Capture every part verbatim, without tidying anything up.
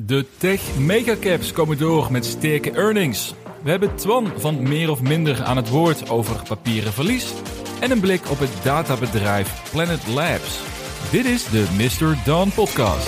De tech megacaps komen door met sterke earnings. We hebben Twan van Meer of Minder aan het woord over papieren verlies en een blik op het databedrijf Planet Labs. Dit is de mister Dan Podcast.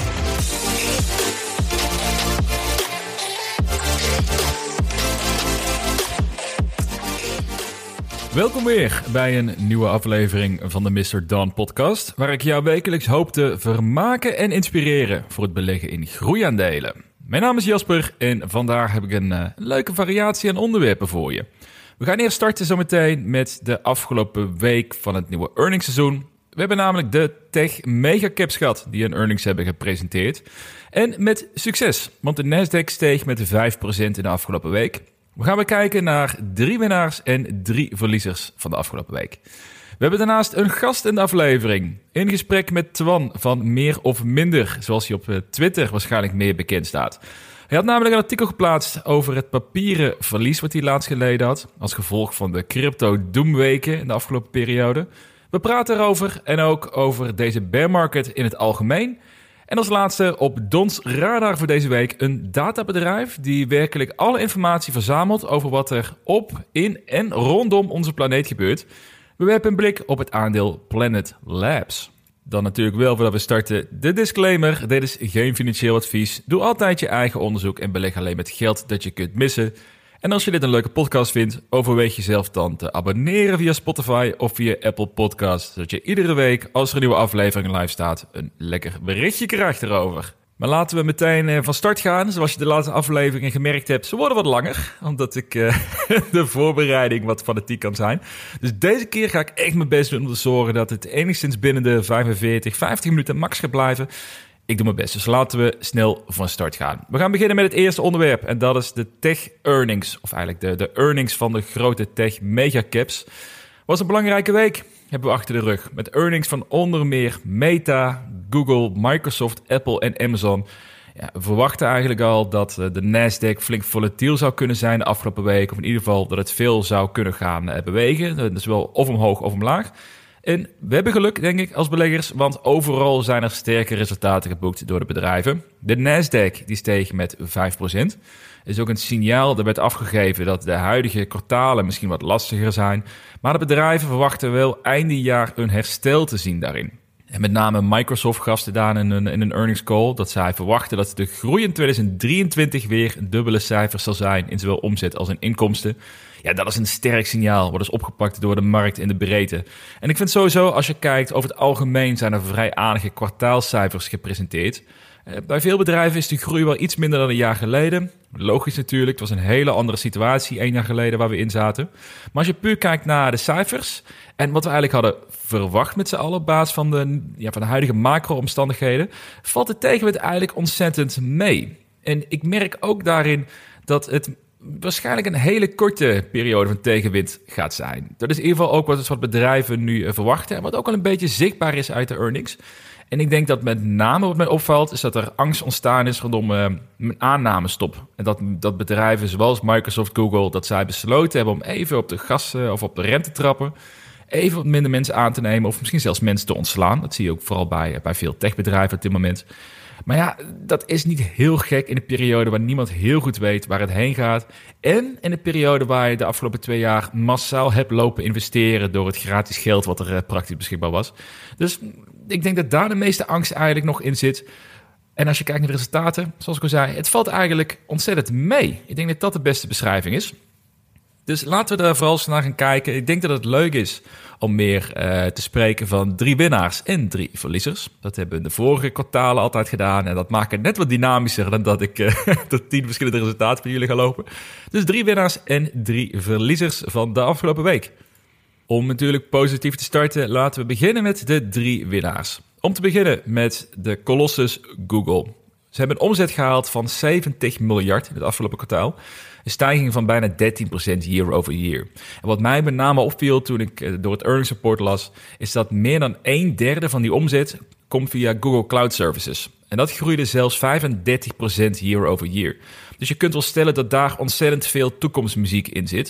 Welkom weer bij een nieuwe aflevering van de mister Dan Podcast, waar ik jou wekelijks hoop te vermaken en inspireren voor het beleggen in groeiaandelen. Mijn naam is Jasper en vandaag heb ik een uh, leuke variatie aan onderwerpen voor je. We gaan eerst starten zometeen met de afgelopen week van het nieuwe earningsseizoen. We hebben namelijk de tech megacaps gehad die hun earnings hebben gepresenteerd. En met succes, want de Nasdaq steeg met vijf procent in de afgelopen week. We gaan weer kijken naar drie winnaars en drie verliezers van de afgelopen week. We hebben daarnaast een gast in de aflevering. In gesprek met Twan van Meer of Minder, zoals hij op Twitter waarschijnlijk meer bekend staat. Hij had namelijk een artikel geplaatst over het papieren verlies wat hij laatst geleden had, als gevolg van de crypto-doomweken in de afgelopen periode. We praten erover en ook over deze bear market in het algemeen. En als laatste op Don's radar voor deze week een databedrijf die werkelijk alle informatie verzamelt over wat er op, in en rondom onze planeet gebeurt. We werpen een blik op het aandeel Planet Labs. Dan natuurlijk wel voordat we starten de disclaimer. Dit is geen financieel advies. Doe altijd je eigen onderzoek en beleg alleen met geld dat je kunt missen. En als je dit een leuke podcast vindt, overweeg jezelf dan te abonneren via Spotify of via Apple Podcasts, zodat je iedere week, als er een nieuwe aflevering live staat, een lekker berichtje krijgt erover. Maar laten we meteen van start gaan. Zoals je de laatste afleveringen gemerkt hebt, ze worden wat langer, omdat ik uh, de voorbereiding wat fanatiek kan zijn. Dus deze keer ga ik echt mijn best doen om te zorgen dat het enigszins binnen de vijfenveertig, vijftig minuten max gaat blijven. Ik doe mijn best, dus laten we snel van start gaan. We gaan beginnen met het eerste onderwerp en dat is de tech earnings. Of eigenlijk de, de earnings van de grote tech megacaps. Was een belangrijke week, hebben we achter de rug. Met earnings van onder meer Meta, Google, Microsoft, Apple en Amazon. Ja, we verwachten eigenlijk al dat de Nasdaq flink volatiel zou kunnen zijn de afgelopen week. Of in ieder geval dat het veel zou kunnen gaan bewegen. Dus wel of omhoog of omlaag. En we hebben geluk, denk ik, als beleggers, want overal zijn er sterke resultaten geboekt door de bedrijven. De Nasdaq die steeg met vijf procent. Er is ook een signaal dat werd afgegeven dat de huidige kwartalen misschien wat lastiger zijn. Maar de bedrijven verwachten wel einde jaar een herstel te zien daarin. En met name Microsoft gaf gedaan in een, in een earnings call dat zij verwachten dat de groei in tweeduizend drieëntwintig weer een dubbele cijfer zal zijn in zowel omzet als in inkomsten. Ja, dat is een sterk signaal, wat is opgepakt door de markt in de breedte. En ik vind sowieso, als je kijkt, over het algemeen zijn er vrij aardige kwartaalcijfers gepresenteerd. Uh, bij veel bedrijven is de groei wel iets minder dan een jaar geleden. Logisch natuurlijk, het was een hele andere situatie één jaar geleden waar we in zaten. Maar als je puur kijkt naar de cijfers en wat we eigenlijk hadden verwacht met z'n allen op basis van de, ja, van de huidige macro-omstandigheden, valt het tegenwicht eigenlijk ontzettend mee. En ik merk ook daarin dat het waarschijnlijk een hele korte periode van tegenwind gaat zijn. Dat is in ieder geval ook wat, wat bedrijven nu uh, verwachten en wat ook al een beetje zichtbaar is uit de earnings. En ik denk dat met name wat mij opvalt is dat er angst ontstaan is rondom uh, een aannamestop. En dat, dat bedrijven zoals Microsoft, Google, dat zij besloten hebben om even op de gas uh, of op de rem te trappen. Even wat minder mensen aan te nemen of misschien zelfs mensen te ontslaan. Dat zie je ook vooral bij, bij veel techbedrijven op dit moment. Maar ja, dat is niet heel gek in een periode waar niemand heel goed weet waar het heen gaat. En in een periode waar je de afgelopen twee jaar massaal hebt lopen investeren door het gratis geld wat er uh, praktisch beschikbaar was. Dus ik denk dat daar de meeste angst eigenlijk nog in zit. En als je kijkt naar de resultaten, zoals ik al zei, het valt eigenlijk ontzettend mee. Ik denk dat dat de beste beschrijving is. Dus laten we daar vooral eens naar gaan kijken. Ik denk dat het leuk is om meer uh, te spreken van drie winnaars en drie verliezers. Dat hebben we in de vorige kwartalen altijd gedaan. En dat maakt het net wat dynamischer dan dat ik uh, tot tien verschillende resultaten bij jullie ga lopen. Dus drie winnaars en drie verliezers van de afgelopen week. Om natuurlijk positief te starten, laten we beginnen met de drie winnaars. Om te beginnen met de Colossus Google. Ze hebben een omzet gehaald van zeventig miljard in het afgelopen kwartaal. Een stijging van bijna dertien procent year over year. En wat mij met name opviel toen ik door het earnings report las, is dat meer dan een derde van die omzet komt via Google Cloud Services. En dat groeide zelfs vijfendertig procent year over year. Dus je kunt wel stellen dat daar ontzettend veel toekomstmuziek in zit.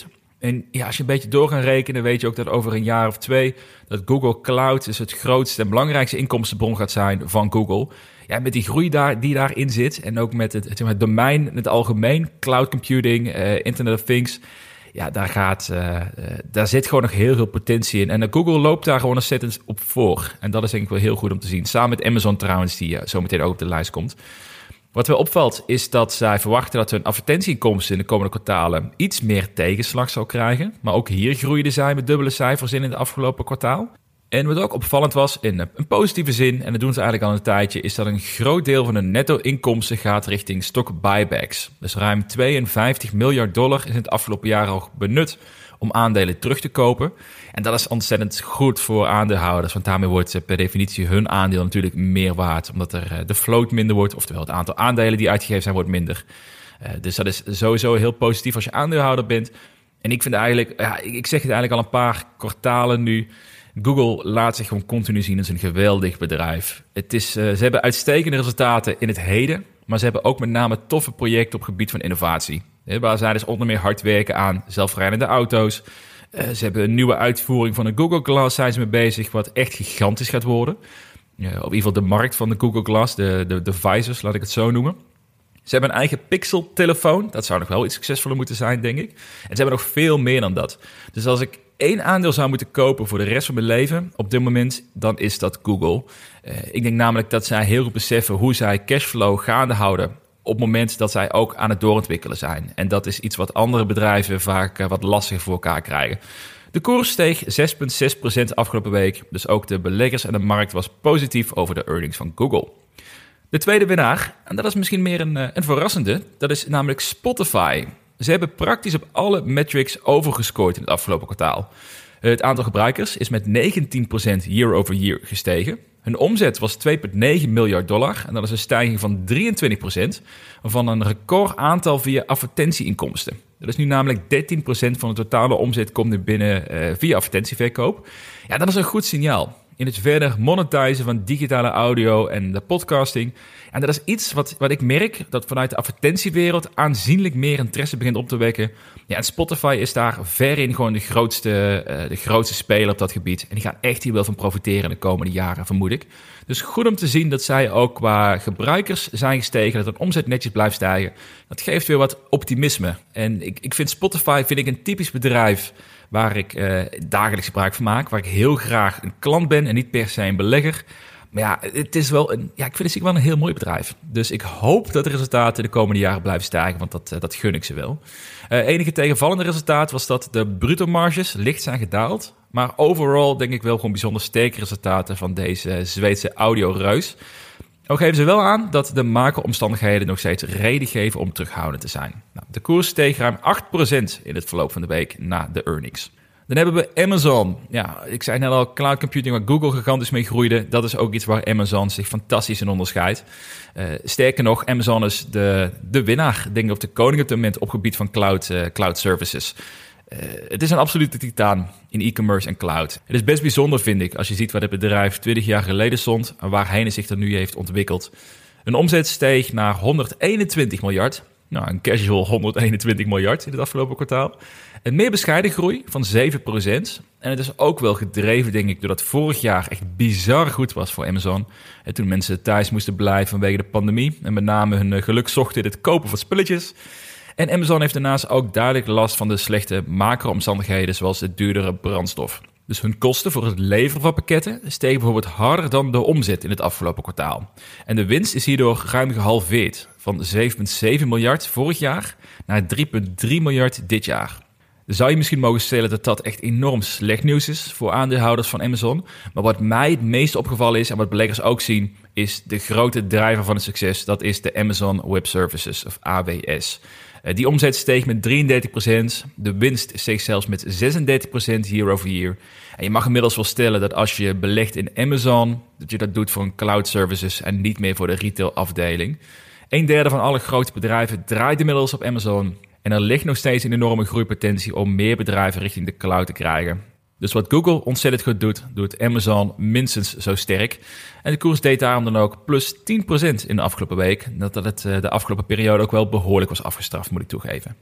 En ja, als je een beetje door gaat rekenen, weet je ook dat over een jaar of twee dat Google Cloud dus het grootste en belangrijkste inkomstenbron gaat zijn van Google. Ja, met die groei daar, die daarin zit en ook met het, het domein in het algemeen, cloud computing, uh, Internet of Things. Ja, daar, gaat, uh, uh, daar zit gewoon nog heel veel potentie in. En uh, Google loopt daar gewoon ontzettend op voor. En dat is denk ik wel heel goed om te zien. Samen met Amazon trouwens, die uh, zo meteen ook op de lijst komt. Wat wel opvalt is dat zij verwachten dat hun advertentieinkomsten in de komende kwartalen iets meer tegenslag zal krijgen. Maar ook hier groeiden zij met dubbele cijfers in in het afgelopen kwartaal. En wat ook opvallend was, in een positieve zin, en dat doen ze eigenlijk al een tijdje, is dat een groot deel van hun netto-inkomsten gaat richting stock buybacks. Dus ruim tweeënvijftig miljard dollar is in het afgelopen jaar al benut om aandelen terug te kopen. En dat is ontzettend goed voor aandeelhouders, want daarmee wordt per definitie hun aandeel natuurlijk meer waard, omdat er de float minder wordt, oftewel het aantal aandelen die uitgegeven zijn wordt minder. Uh, dus dat is sowieso heel positief als je aandeelhouder bent. En ik vind eigenlijk, ja, ik zeg het eigenlijk al een paar kwartalen nu, Google laat zich gewoon continu zien als een geweldig bedrijf. Het is, uh, ze hebben uitstekende resultaten in het heden, maar ze hebben ook met name toffe projecten op het gebied van innovatie. He, waar zij dus onder meer hard werken aan zelfrijdende auto's. Uh, ze hebben een nieuwe uitvoering van de Google Glass, zijn ze mee bezig, wat echt gigantisch gaat worden. Uh, op in ieder geval de markt van de Google Glass, de, de devices, laat ik het zo noemen. Ze hebben een eigen Pixel-telefoon. Dat zou nog wel iets succesvoller moeten zijn, denk ik. En ze hebben nog veel meer dan dat. Dus als ik één aandeel zou moeten kopen voor de rest van mijn leven op dit moment, dan is dat Google. Uh, ik denk namelijk dat zij heel goed beseffen hoe zij cashflow gaande houden op het moment dat zij ook aan het doorontwikkelen zijn. En dat is iets wat andere bedrijven vaak uh, wat lastiger voor elkaar krijgen. De koers steeg zes komma zes procent afgelopen week. Dus ook de beleggers en de markt was positief over de earnings van Google. De tweede winnaar, en dat is misschien meer een, een verrassende, dat is namelijk Spotify. Ze hebben praktisch op alle metrics overgescoord in het afgelopen kwartaal. Het aantal gebruikers is met negentien procent year over year gestegen. Hun omzet was twee komma negen miljard dollar en dat is een stijging van drieëntwintig procent, van een record aantal via advertentieinkomsten. Dat is nu namelijk dertien procent van de totale omzet komt nu binnen uh, via advertentieverkoop. Ja, dat is een goed signaal in het verder monetizen van digitale audio en de podcasting. En dat is iets wat, wat ik merk, dat vanuit de advertentiewereld aanzienlijk meer interesse begint op te wekken. Ja, en Spotify is daar verin gewoon de grootste, uh, de grootste speler op dat gebied. En die gaat echt hier wel van profiteren de komende jaren, vermoed ik. Dus goed om te zien dat zij ook qua gebruikers zijn gestegen, dat hun omzet netjes blijft stijgen. Dat geeft weer wat optimisme. En ik, ik vind Spotify vind ik een typisch bedrijf waar ik uh, dagelijks gebruik van maak, waar ik heel graag een klant ben en niet per se een belegger. Maar ja, het is wel een, ja, ik vind het wel een heel mooi bedrijf. Dus ik hoop dat de resultaten de komende jaren blijven stijgen, want dat, uh, dat gun ik ze wel. Uh, enige tegenvallende resultaat was dat de bruto marges licht zijn gedaald. Maar overal denk ik wel gewoon bijzonder sterke resultaten van deze Zweedse audioreus. Ook geven ze wel aan dat de macro-omstandigheden nog steeds reden geven om terughoudend te zijn. Nou, de koers steeg ruim acht procent in het verloop van de week na de earnings. Dan hebben we Amazon. Ja, ik zei net al, cloud computing waar Google gigantisch mee groeide. Dat is ook iets waar Amazon zich fantastisch in onderscheidt. Uh, sterker nog, Amazon is de, de winnaar, denk ik, of de koning op dit moment op gebied van cloud, uh, cloud services. Uh, het is een absolute titaan in e-commerce en cloud. Het is best bijzonder, vind ik, als je ziet waar dit bedrijf twintig jaar geleden stond en waarheen het zich er nu heeft ontwikkeld. Een omzet steeg naar honderdeenentwintig miljard. Nou, een casual honderdeenentwintig miljard in het afgelopen kwartaal. Een meer bescheiden groei van zeven procent. En het is ook wel gedreven, denk ik, doordat vorig jaar echt bizar goed was voor Amazon. En toen mensen thuis moesten blijven vanwege de pandemie en met name hun geluk zochten in het kopen van spulletjes. En Amazon heeft daarnaast ook duidelijk last van de slechte macro-omstandigheden, zoals de duurdere brandstof. Dus hun kosten voor het leveren van pakketten stegen bijvoorbeeld harder dan de omzet in het afgelopen kwartaal. En de winst is hierdoor ruim gehalveerd, van zeven komma zeven miljard vorig jaar naar drie komma drie miljard dit jaar. Dan zou je misschien mogen stellen dat dat echt enorm slecht nieuws is voor aandeelhouders van Amazon. Maar wat mij het meest opgevallen is en wat beleggers ook zien, is de grote drijver van het succes. Dat is de Amazon Web Services, of A W S. Die omzet steeg met drieëndertig procent. De winst steeg zelfs met zesendertig procent year over year. En je mag inmiddels wel stellen dat als je belegt in Amazon, dat je dat doet voor een cloud services en niet meer voor de retail afdeling. Een derde van alle grote bedrijven draait inmiddels op Amazon. En er ligt nog steeds een enorme groeipotentie om meer bedrijven richting de cloud te krijgen. Dus wat Google ontzettend goed doet, doet Amazon minstens zo sterk. En de koers deed daarom dan ook plus tien procent in de afgelopen week. Dat het de afgelopen periode ook wel behoorlijk was afgestraft, moet ik toegeven.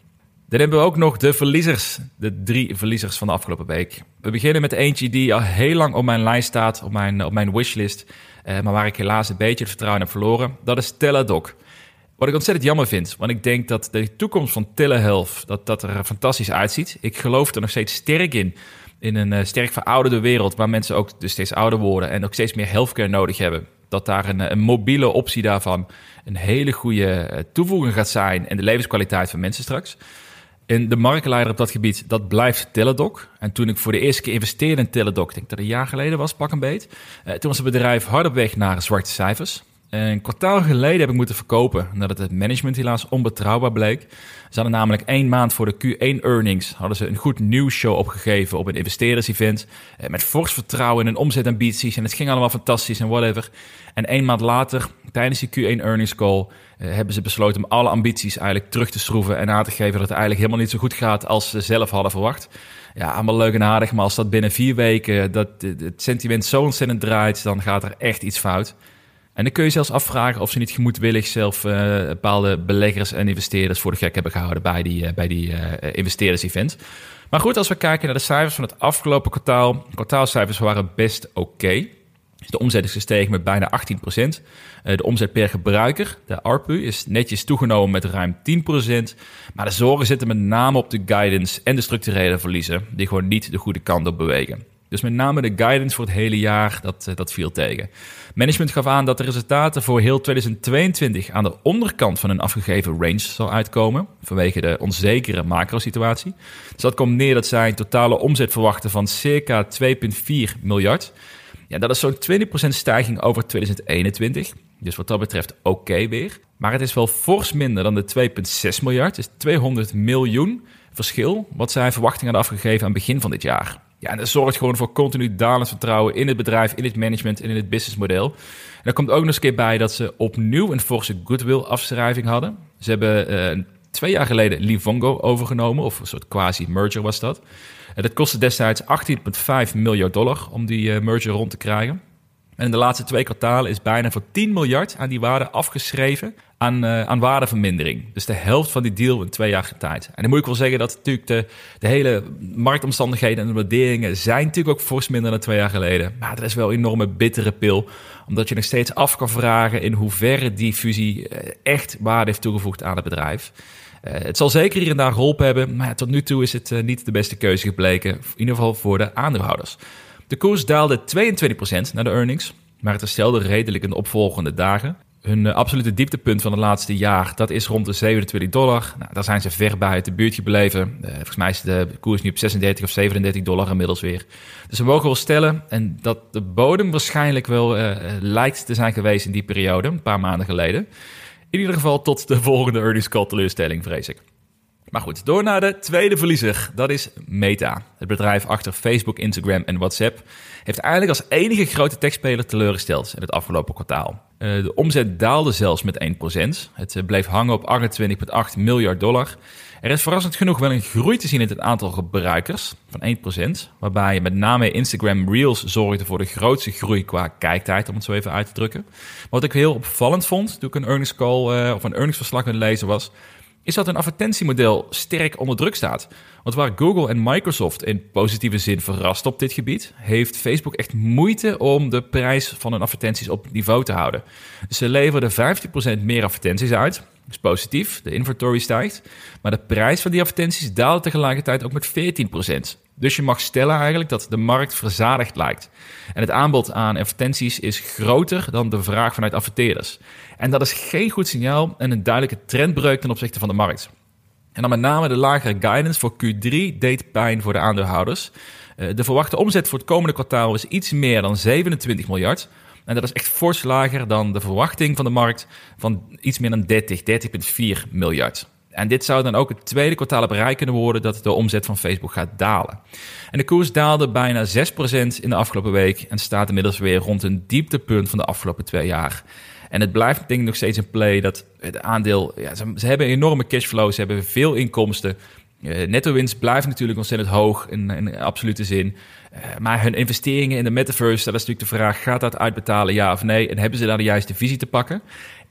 Dan hebben we ook nog de verliezers. De drie verliezers van de afgelopen week. We beginnen met eentje die al heel lang op mijn lijst staat, op mijn, op mijn wishlist. Uh, maar waar ik helaas een beetje het vertrouwen heb verloren. Dat is Teladoc. Wat ik ontzettend jammer vind, want ik denk dat de toekomst van telehealth, dat dat er fantastisch uitziet. Ik geloof er nog steeds sterk in. In een uh, sterk verouderde wereld waar mensen ook dus steeds ouder worden en ook steeds meer healthcare nodig hebben. Dat daar een, een mobiele optie daarvan een hele goede uh, toevoeging gaat zijn in de levenskwaliteit van mensen straks. En de marktleider op dat gebied, dat blijft Teladoc. En toen ik voor de eerste keer investeerde in Teladoc, ik denk dat het een jaar geleden was, pak een beet. Uh, toen was het bedrijf hard op weg naar zwarte cijfers. Een kwartaal geleden heb ik moeten verkopen, nadat het management helaas onbetrouwbaar bleek. Ze hadden namelijk één maand voor de Q één earnings hadden ze een goed nieuwsshow opgegeven op een investeerders-event. Met fors vertrouwen in hun omzetambities en het ging allemaal fantastisch en whatever. En één maand later, tijdens die Q één earnings call, hebben ze besloten om alle ambities eigenlijk terug te schroeven en aan te geven dat het eigenlijk helemaal niet zo goed gaat als ze zelf hadden verwacht. Ja, allemaal leuk en aardig, maar als dat binnen vier weken dat het sentiment zo ontzettend draait, dan gaat er echt iets fout. En dan kun je zelfs afvragen of ze niet gemoedwillig zelf uh, bepaalde beleggers en investeerders voor de gek hebben gehouden bij die, uh, bij die uh, investeerders-event. Maar goed, als we kijken naar de cijfers van het afgelopen kwartaal. Kwartaalcijfers waren best oké. Okay. De omzet is gestegen met bijna achttien procent. Uh, de omzet per gebruiker, de A R P U, is netjes toegenomen met ruim tien procent. Maar de zorgen zitten met name op de guidance en de structurele verliezen, die gewoon niet de goede kant op bewegen. Dus met name de guidance voor het hele jaar, dat, dat viel tegen. Management gaf aan dat de resultaten voor heel tweeduizend tweeëntwintig aan de onderkant van een afgegeven range zal uitkomen, vanwege de onzekere macro-situatie. Dus dat komt neer dat zij een totale omzet verwachten van circa twee komma vier miljard. Ja, dat is zo'n twintig procent stijging over tweeduizend eenentwintig. Dus wat dat betreft oké okay weer. Maar het is wel fors minder dan de twee komma zes miljard, dus tweehonderd miljoen verschil, wat zij verwachting hadden afgegeven aan het begin van dit jaar. Ja, en dat zorgt gewoon voor continu dalend vertrouwen in het bedrijf, in het management en in het businessmodel. En er komt ook nog eens een keer bij dat ze opnieuw een forse goodwill-afschrijving hadden. Ze hebben uh, twee jaar geleden Livongo overgenomen, of een soort quasi-merger was dat. En dat kostte destijds achttien komma vijf miljard dollar om die uh, merger rond te krijgen. En in de laatste twee kwartalen is bijna voor tien miljard aan die waarde afgeschreven aan, uh, aan waardevermindering. Dus de helft van die deal in twee jaar tijd. En dan moet ik wel zeggen dat natuurlijk de, de hele marktomstandigheden en de waarderingen zijn natuurlijk ook fors minder dan twee jaar geleden. Maar dat is wel een enorme bittere pil, omdat je nog steeds af kan vragen in hoeverre die fusie echt waarde heeft toegevoegd aan het bedrijf. Uh, het zal zeker hier en daar geholpen hebben, maar ja, tot nu toe is het uh, niet de beste keuze gebleken, in ieder geval voor de aandeelhouders. De koers daalde tweeëntwintig procent naar de earnings, maar het herstelde redelijk in de opvolgende dagen. Hun uh, absolute dieptepunt van het laatste jaar, dat is rond de zevenentwintig dollar. Nou, daar zijn ze ver bij het de buurt gebleven. Uh, volgens mij is de koers nu op zesendertig of zevenendertig dollar inmiddels weer. Dus we mogen wel stellen en dat de bodem waarschijnlijk wel uh, lijkt te zijn geweest in die periode, een paar maanden geleden. In ieder geval tot de volgende earnings call teleurstelling, vrees ik. Maar goed, door naar de tweede verliezer. Dat is Meta. Het bedrijf achter Facebook, Instagram en WhatsApp heeft eigenlijk als enige grote techspeler teleurgesteld in het afgelopen kwartaal. Uh, de omzet daalde zelfs met één procent. Het uh, bleef hangen op achtentwintig komma acht miljard dollar. Er is verrassend genoeg wel een groei te zien in het aantal gebruikers van één procent, waarbij met name Instagram Reels zorgde voor de grootste groei qua kijktijd, om het zo even uit te drukken. Maar wat ik heel opvallend vond, toen ik een earnings call uh, of een earningsverslag aan het lezen was, is dat een advertentiemodel sterk onder druk staat. Want waar Google en Microsoft in positieve zin verrast op dit gebied, heeft Facebook echt moeite om de prijs van hun advertenties op niveau te houden. Dus ze leverden vijftien procent meer advertenties uit. Dat is positief, de inventory stijgt. Maar de prijs van die advertenties daalt tegelijkertijd ook met veertien procent. Dus je mag stellen eigenlijk dat de markt verzadigd lijkt. En het aanbod aan advertenties is groter dan de vraag vanuit adverteerders. En dat is geen goed signaal en een duidelijke trendbreuk ten opzichte van de markt. En dan met name de lagere guidance voor Q drie deed pijn voor de aandeelhouders. De verwachte omzet voor het komende kwartaal is iets meer dan zevenentwintig miljard. En dat is echt fors lager dan de verwachting van de markt van iets meer dan dertig, dertig komma vier miljard. En dit zou dan ook het tweede kwartaal bereiken kunnen worden dat de omzet van Facebook gaat dalen. En de koers daalde bijna zes procent in de afgelopen week en staat inmiddels weer rond een dieptepunt van de afgelopen twee jaar. En het blijft denk ik nog steeds een play dat het aandeel, ja, ze, ze hebben enorme cashflow, ze hebben veel inkomsten. Uh, netto-winst blijft natuurlijk ontzettend hoog in, in absolute zin. Uh, maar hun investeringen in de metaverse, dat is natuurlijk de vraag, gaat dat uitbetalen, ja of nee? En hebben ze daar de juiste visie te pakken?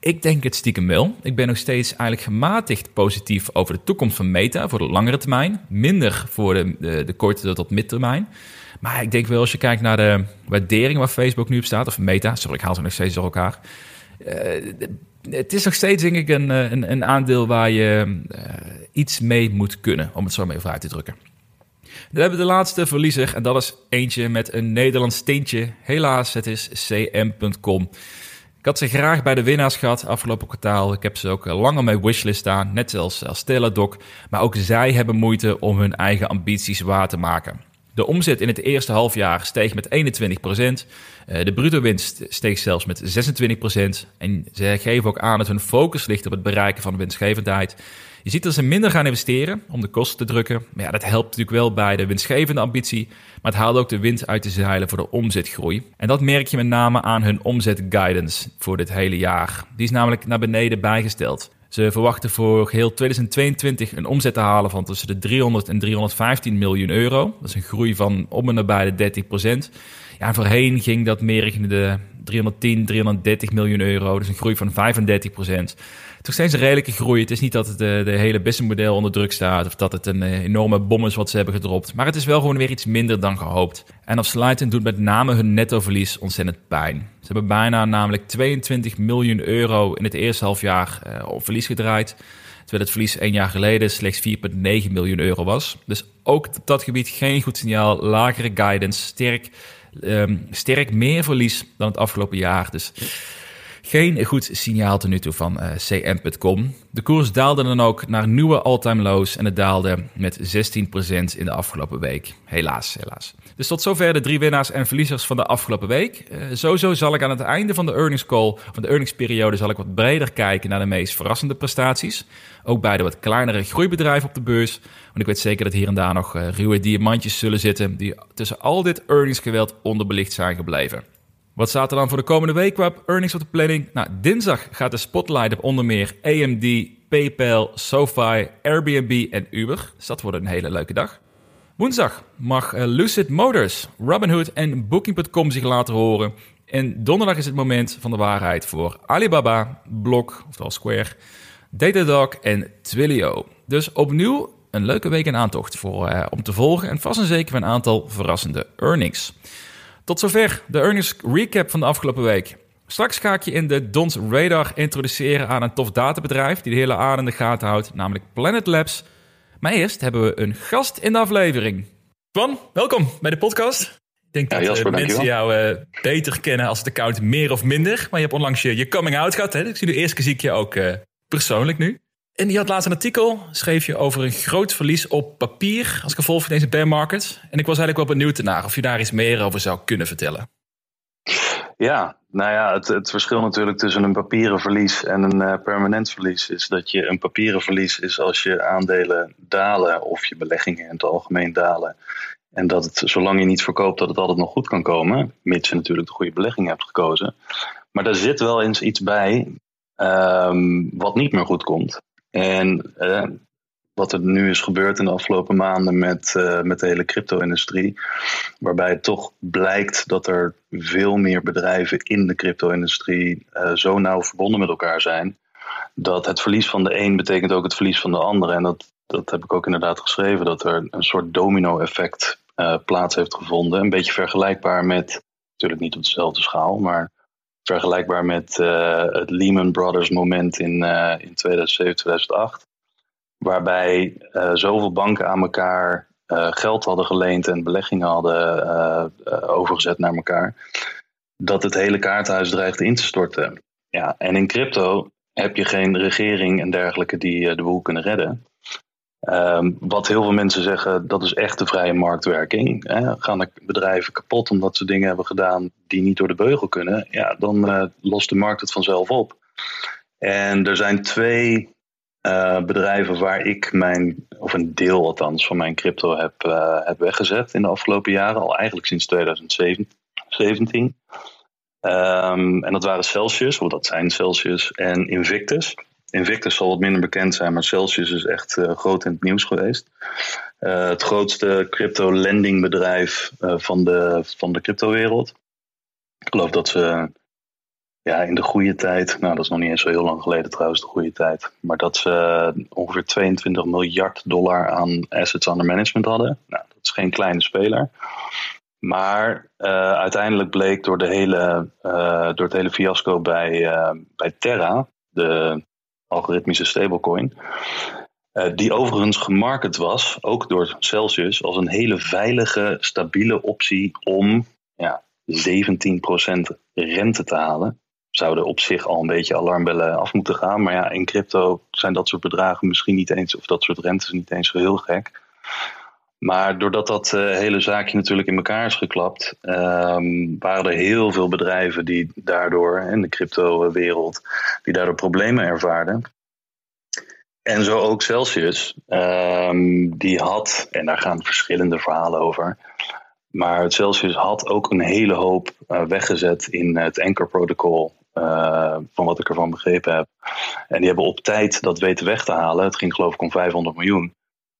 Ik denk het stiekem wel. Ik ben nog steeds eigenlijk gematigd positief over de toekomst van Meta voor de langere termijn. Minder voor de, de, de korte tot midtermijn. Maar ik denk wel, als je kijkt naar de waardering waar Facebook nu op staat, of Meta, sorry, ik haal ze nog steeds door elkaar. Uh, het is nog steeds, denk ik, een, een, een aandeel waar je uh, iets mee moet kunnen, om het zo maar even uit te drukken. Dan hebben we de laatste verliezer en dat is eentje met een Nederlands tintje. Helaas, het is C M punt com. Ik had ze graag bij de winnaars gehad afgelopen kwartaal. Ik heb ze ook lang op mijn wishlist staan, net zoals, als Teladoc. Maar ook zij hebben moeite om hun eigen ambities waar te maken. De omzet in het eerste halfjaar steeg met eenentwintig procent. De bruto winst steeg zelfs met zesentwintig procent. En ze geven ook aan dat hun focus ligt op het bereiken van de winstgevendheid. Je ziet dat ze minder gaan investeren om de kosten te drukken. Maar ja, dat helpt natuurlijk wel bij de winstgevende ambitie. Maar het haalt ook de wind uit de zeilen voor de omzetgroei. En dat merk je met name aan hun omzetguidance voor dit hele jaar. Die is namelijk naar beneden bijgesteld. Ze verwachten voor heel tweeduizend tweeëntwintig een omzet te halen van tussen de driehonderd en driehonderdvijftien miljoen euro. Dat is een groei van om en nabij de dertig procent. Ja, en voorheen ging dat meer richting de driehonderdtien, driehonderddertig miljoen euro. Dus een groei van vijfendertig procent. Het is nog steeds een redelijke groei. Het is niet dat het de, de hele businessmodel onder druk staat of dat het een enorme bom is wat ze hebben gedropt. Maar het is wel gewoon weer iets minder dan gehoopt. En Afsluitend doet met name hun nettoverlies ontzettend pijn. Ze hebben bijna namelijk tweeëntwintig miljoen euro in het eerste halfjaar uh, op verlies gedraaid. Terwijl het verlies een jaar geleden slechts vier komma negen miljoen euro was. Dus ook op dat gebied geen goed signaal. Lagere guidance, sterk, um, sterk meer verlies dan het afgelopen jaar. Dus geen goed signaal tot nu toe van uh, C M punt com. De koers daalde dan ook naar nieuwe all-time lows en het daalde met zestien procent in de afgelopen week. Helaas, helaas. Dus tot zover de drie winnaars en verliezers van de afgelopen week. Uh, sowieso zal ik aan het einde van de earnings call, van de earningsperiode, zal ik wat breder kijken naar de meest verrassende prestaties. Ook bij de wat kleinere groeibedrijven op de beurs. Want ik weet zeker dat hier en daar nog uh, ruwe diamantjes zullen zitten die tussen al dit earningsgeweld onderbelicht zijn gebleven. Wat staat er dan voor de komende week qua earnings op de planning? Nou, dinsdag gaat de spotlight op onder meer A M D, PayPal, SoFi, Airbnb en Uber. Dus dat wordt een hele leuke dag. Woensdag mag uh, Lucid Motors, Robinhood en Booking punt com zich laten horen. En donderdag is het moment van de waarheid voor Alibaba, Block, oftewel Square, Datadog en Twilio. Dus opnieuw een leuke week in aantocht voor, uh, om te volgen en vast en zeker een aantal verrassende earnings. Tot zover de earnings recap van de afgelopen week. Straks ga ik je in de Don's Radar introduceren aan een tof databedrijf die de hele aarde in de gaten houdt, namelijk Planet Labs. Maar eerst hebben we een gast in de aflevering. Twan, welkom bij de podcast. Ik denk ja, dat Jasper, uh, mensen jou uh, beter kennen als het account meer of minder. Maar je hebt onlangs je, je coming out gehad. Hè? Ik zie de eerste keer zie ik je ook uh, persoonlijk nu. En je had laatst een artikel, schreef je over een groot verlies op papier als gevolg van deze bear market. En ik was eigenlijk wel benieuwd naar of je daar iets meer over zou kunnen vertellen. Ja, nou ja, het, het verschil natuurlijk tussen een papieren verlies en een uh, permanent verlies is dat je een papieren verlies is als je aandelen dalen of je beleggingen in het algemeen dalen. En dat het, zolang je niet verkoopt, dat het altijd nog goed kan komen, mits je natuurlijk de goede belegging hebt gekozen. Maar daar zit wel eens iets bij um, wat niet meer goed komt. En uh, wat er nu is gebeurd in de afgelopen maanden met, uh, met de hele crypto-industrie, waarbij het toch blijkt dat er veel meer bedrijven in de crypto-industrie uh, zo nauw verbonden met elkaar zijn, dat het verlies van de een betekent ook het verlies van de ander. En dat, dat heb ik ook inderdaad geschreven, dat er een soort domino-effect uh, plaats heeft gevonden. Een beetje vergelijkbaar met, natuurlijk niet op dezelfde schaal, maar vergelijkbaar met uh, het Lehman Brothers moment in, uh, in tweeduizend zeven, tweeduizend acht. Waarbij uh, zoveel banken aan elkaar uh, geld hadden geleend en beleggingen hadden uh, uh, overgezet naar elkaar. Dat het hele kaartenhuis dreigde in te storten. Ja, en in crypto heb je geen regering en dergelijke die uh, de boel kunnen redden. Um, wat heel veel mensen zeggen, dat is echt de vrije marktwerking. Hè? Gaan er bedrijven kapot omdat ze dingen hebben gedaan die niet door de beugel kunnen? Ja, dan uh, lost de markt het vanzelf op. En er zijn twee uh, bedrijven waar ik mijn, of een deel althans van mijn crypto heb, uh, heb weggezet in de afgelopen jaren. Al eigenlijk sinds tweeduizend zeventien. Um, en dat waren Celsius, of dat zijn Celsius en Invictus. Invictus zal wat minder bekend zijn, maar Celsius is echt uh, groot in het nieuws geweest. Uh, het grootste crypto-lendingbedrijf uh, van de, van de cryptowereld. Ik geloof dat ze ja, in de goede tijd, nou dat is nog niet eens zo heel lang geleden trouwens, de goede tijd, maar dat ze uh, ongeveer tweeëntwintig miljard dollar aan assets under management hadden. Nou, dat is geen kleine speler. Maar uh, uiteindelijk bleek door, de hele, uh, door het hele fiasco bij, uh, bij Terra, de algoritmische stablecoin, uh, die overigens gemarket was, ook door Celsius, als een hele veilige, stabiele optie om ja, zeventien procent rente te halen. Zouden op zich al een beetje alarmbellen af moeten gaan. Maar ja, in crypto zijn dat soort bedragen misschien niet eens, of dat soort rentes niet eens zo heel gek. Maar doordat dat uh, hele zaakje natuurlijk in elkaar is geklapt, um, waren er heel veel bedrijven die daardoor, in de crypto-wereld, die daardoor problemen ervaarden. En zo ook Celsius, um, die had, en daar gaan verschillende verhalen over, maar Celsius had ook een hele hoop uh, weggezet in het Anchor Protocol, uh, van wat ik ervan begrepen heb. En die hebben op tijd dat weten weg te halen. Het ging geloof ik om vijfhonderd miljoen.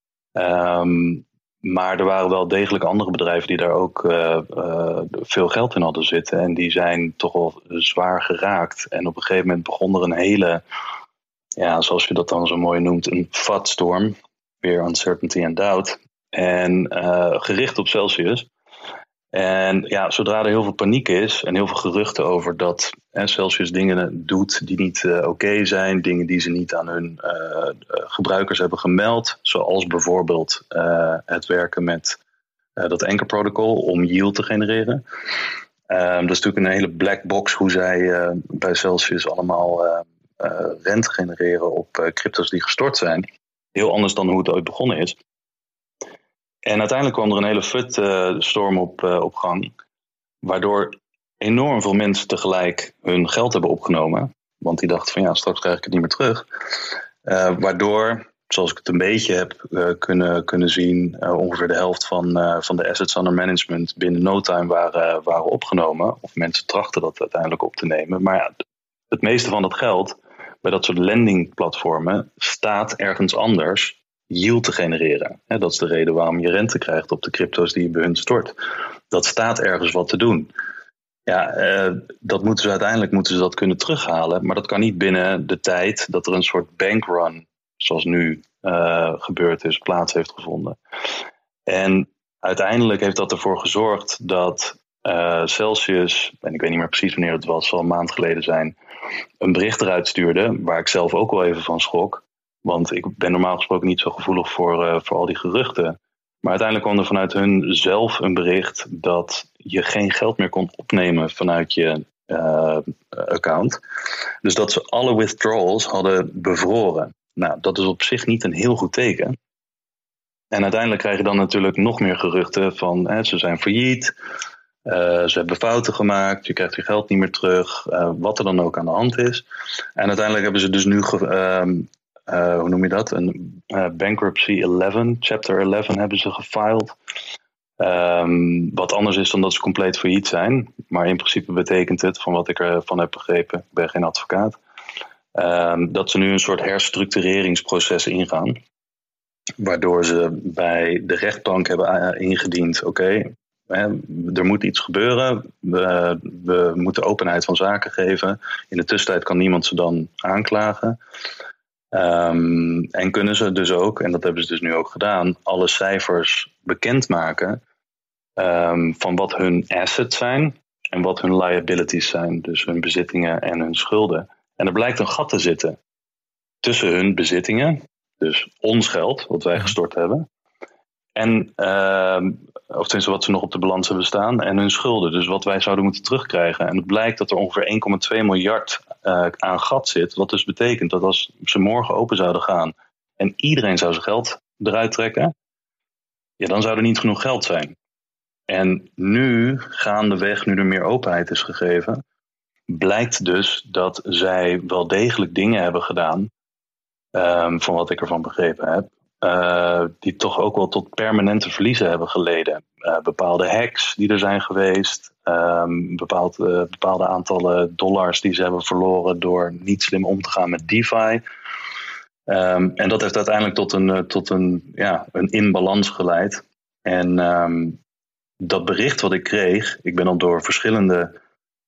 Um, maar er waren wel degelijk andere bedrijven die daar ook uh, uh, veel geld in hadden zitten. En die zijn toch wel zwaar geraakt. En op een gegeven moment begon er een hele, ja, zoals je dat dan zo mooi noemt, een F U D-storm. Weer uncertainty and doubt. En uh, gericht op Celsius. En ja, zodra er heel veel paniek is en heel veel geruchten over dat hè, Celsius dingen doet die niet uh, oké okay zijn, dingen die ze niet aan hun uh, gebruikers hebben gemeld, zoals bijvoorbeeld uh, het werken met uh, dat Anchor Protocol om yield te genereren. Uh, dat is natuurlijk een hele black box hoe zij uh, bij Celsius allemaal uh, uh, rente genereren op uh, crypto's die gestort zijn. Heel anders dan hoe het ooit begonnen is. En uiteindelijk kwam er een hele F U D-storm op, uh, op gang, waardoor enorm veel mensen tegelijk hun geld hebben opgenomen. Want die dachten van ja, straks krijg ik het niet meer terug. Uh, waardoor, zoals ik het een beetje heb uh, kunnen, kunnen zien, uh, ongeveer de helft van, uh, van de assets under management binnen no time waren, waren opgenomen. Of mensen trachten dat uiteindelijk op te nemen. Maar ja, het meeste van dat geld bij dat soort lendingplatformen staat ergens anders yield te genereren. He, dat is de reden waarom je rente krijgt op de crypto's die je bij hun stort. Dat staat ergens wat te doen. Ja, uh, dat moeten ze uiteindelijk moeten ze dat kunnen terughalen, maar dat kan niet binnen de tijd dat er een soort bankrun, zoals nu uh, gebeurd is, plaats heeft gevonden. En uiteindelijk heeft dat ervoor gezorgd dat uh, Celsius, en ik weet niet meer precies wanneer het was, het zal een maand geleden zijn, een bericht eruit stuurde, waar ik zelf ook wel even van schrok. Want ik ben normaal gesproken niet zo gevoelig voor, uh, voor al die geruchten. Maar uiteindelijk kwam er vanuit hun zelf een bericht dat je geen geld meer kon opnemen vanuit je uh, account. Dus dat ze alle withdrawals hadden bevroren. Nou, dat is op zich niet een heel goed teken. En uiteindelijk krijg je dan natuurlijk nog meer geruchten van hè, ze zijn failliet. Uh, ze hebben fouten gemaakt, je krijgt je geld niet meer terug. Uh, wat er dan ook aan de hand is. En uiteindelijk hebben ze dus nu Ge- uh, Uh, hoe noem je dat? Een uh, bankruptcy elf, chapter elf hebben ze gefiled. Um, wat anders is dan dat ze compleet failliet zijn. Maar in principe betekent het, van wat ik ervan heb begrepen, ik ben geen advocaat, um, dat ze nu een soort herstructureringsproces ingaan. Waardoor ze bij de rechtbank hebben ingediend, oké, okay, er moet iets gebeuren. We, we moeten openheid van zaken geven. In de tussentijd kan niemand ze dan aanklagen. Um, en kunnen ze dus ook, en dat hebben ze dus nu ook gedaan, alle cijfers bekendmaken um, van wat hun assets zijn en wat hun liabilities zijn. Dus hun bezittingen en hun schulden. En er blijkt een gat te zitten tussen hun bezittingen, dus ons geld, wat wij gestort hebben, en, uh, of tenminste wat ze nog op de balans hebben staan, en hun schulden, dus wat wij zouden moeten terugkrijgen. En het blijkt dat er ongeveer één komma twee miljard uh, aan gat zit, wat dus betekent dat als ze morgen open zouden gaan en iedereen zou zijn geld eruit trekken, ja, dan zou er niet genoeg geld zijn. En nu, gaandeweg, nu er meer openheid is gegeven, blijkt dus dat zij wel degelijk dingen hebben gedaan, um, van wat ik ervan begrepen heb, Uh, die toch ook wel tot permanente verliezen hebben geleden. Uh, bepaalde hacks die er zijn geweest. Um, bepaald, uh, bepaalde aantallen dollars die ze hebben verloren door niet slim om te gaan met DeFi. Um, en dat heeft uiteindelijk tot een, uh, tot een, ja, een inbalans geleid. En um, dat bericht wat ik kreeg, ik ben al door verschillende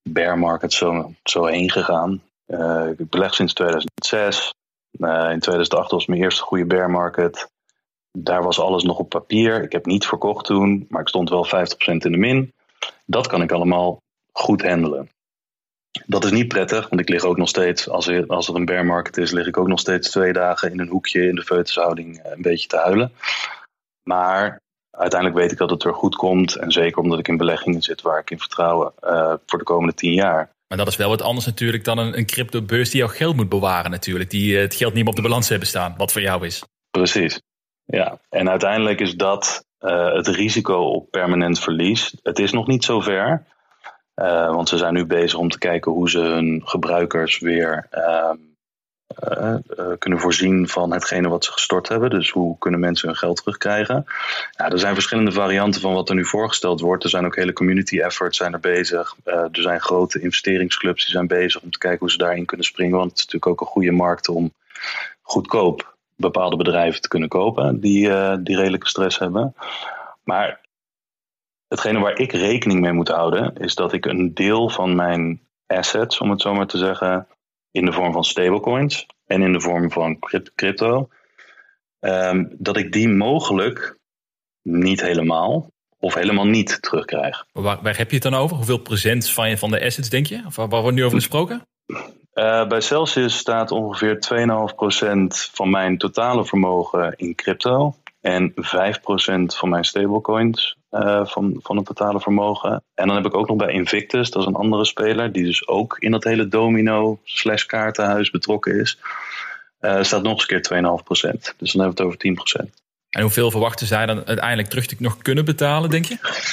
bear market zo, zo heen gegaan. Uh, ik beleg sinds tweeduizend zes. Uh, in tweeduizend acht was mijn eerste goede bear market. Daar was alles nog op papier. Ik heb niet verkocht toen, maar ik stond wel vijftig procent in de min. Dat kan ik allemaal goed handelen. Dat is niet prettig, want ik lig ook nog steeds, als er, als er een bear market is, lig ik ook nog steeds twee dagen in een hoekje in de foetushouding een beetje te huilen. Maar uiteindelijk weet ik dat het er goed komt. En zeker omdat ik in beleggingen zit waar ik in vertrouwen uh, voor de komende tien jaar. Maar dat is wel wat anders natuurlijk dan een, een cryptobeurs die jouw geld moet bewaren natuurlijk. Die uh, het geld niet meer op de balans hebben staan, wat voor jou is. Precies, ja. En uiteindelijk is dat uh, het risico op permanent verlies. Het is nog niet zo ver. Uh, want ze zijn nu bezig om te kijken hoe ze hun gebruikers weer uh, uh, uh, kunnen voorzien van hetgene wat ze gestort hebben. Dus hoe kunnen mensen hun geld terugkrijgen? Ja, er zijn verschillende varianten van wat er nu voorgesteld wordt. Er zijn ook hele community efforts zijn er bezig. Uh, er zijn grote investeringsclubs die zijn bezig om te kijken hoe ze daarin kunnen springen. Want het is natuurlijk ook een goede markt om goedkoop bepaalde bedrijven te kunnen kopen die, uh, die redelijke stress hebben. Maar hetgene waar ik rekening mee moet houden, is dat ik een deel van mijn assets, om het zo maar te zeggen, in de vorm van stablecoins en in de vorm van crypto, um, dat ik die mogelijk niet helemaal of helemaal niet terugkrijg. Waar, waar heb je het dan over? Hoeveel procent van, je, van de assets, denk je? Of waar, waar wordt nu over gesproken? Uh, bij Celsius staat ongeveer twee komma vijf procent van mijn totale vermogen in crypto en vijf procent van mijn stablecoins. Uh, van, van het totale vermogen. En dan heb ik ook nog bij Invictus, dat is een andere speler, die dus ook in dat hele domino slash kaartenhuis betrokken is. Uh, staat nog eens een keer twee komma vijf procent. Dus dan hebben we het over tien procent. En hoeveel verwachten zij dan uiteindelijk terug te nog kunnen betalen, denk je?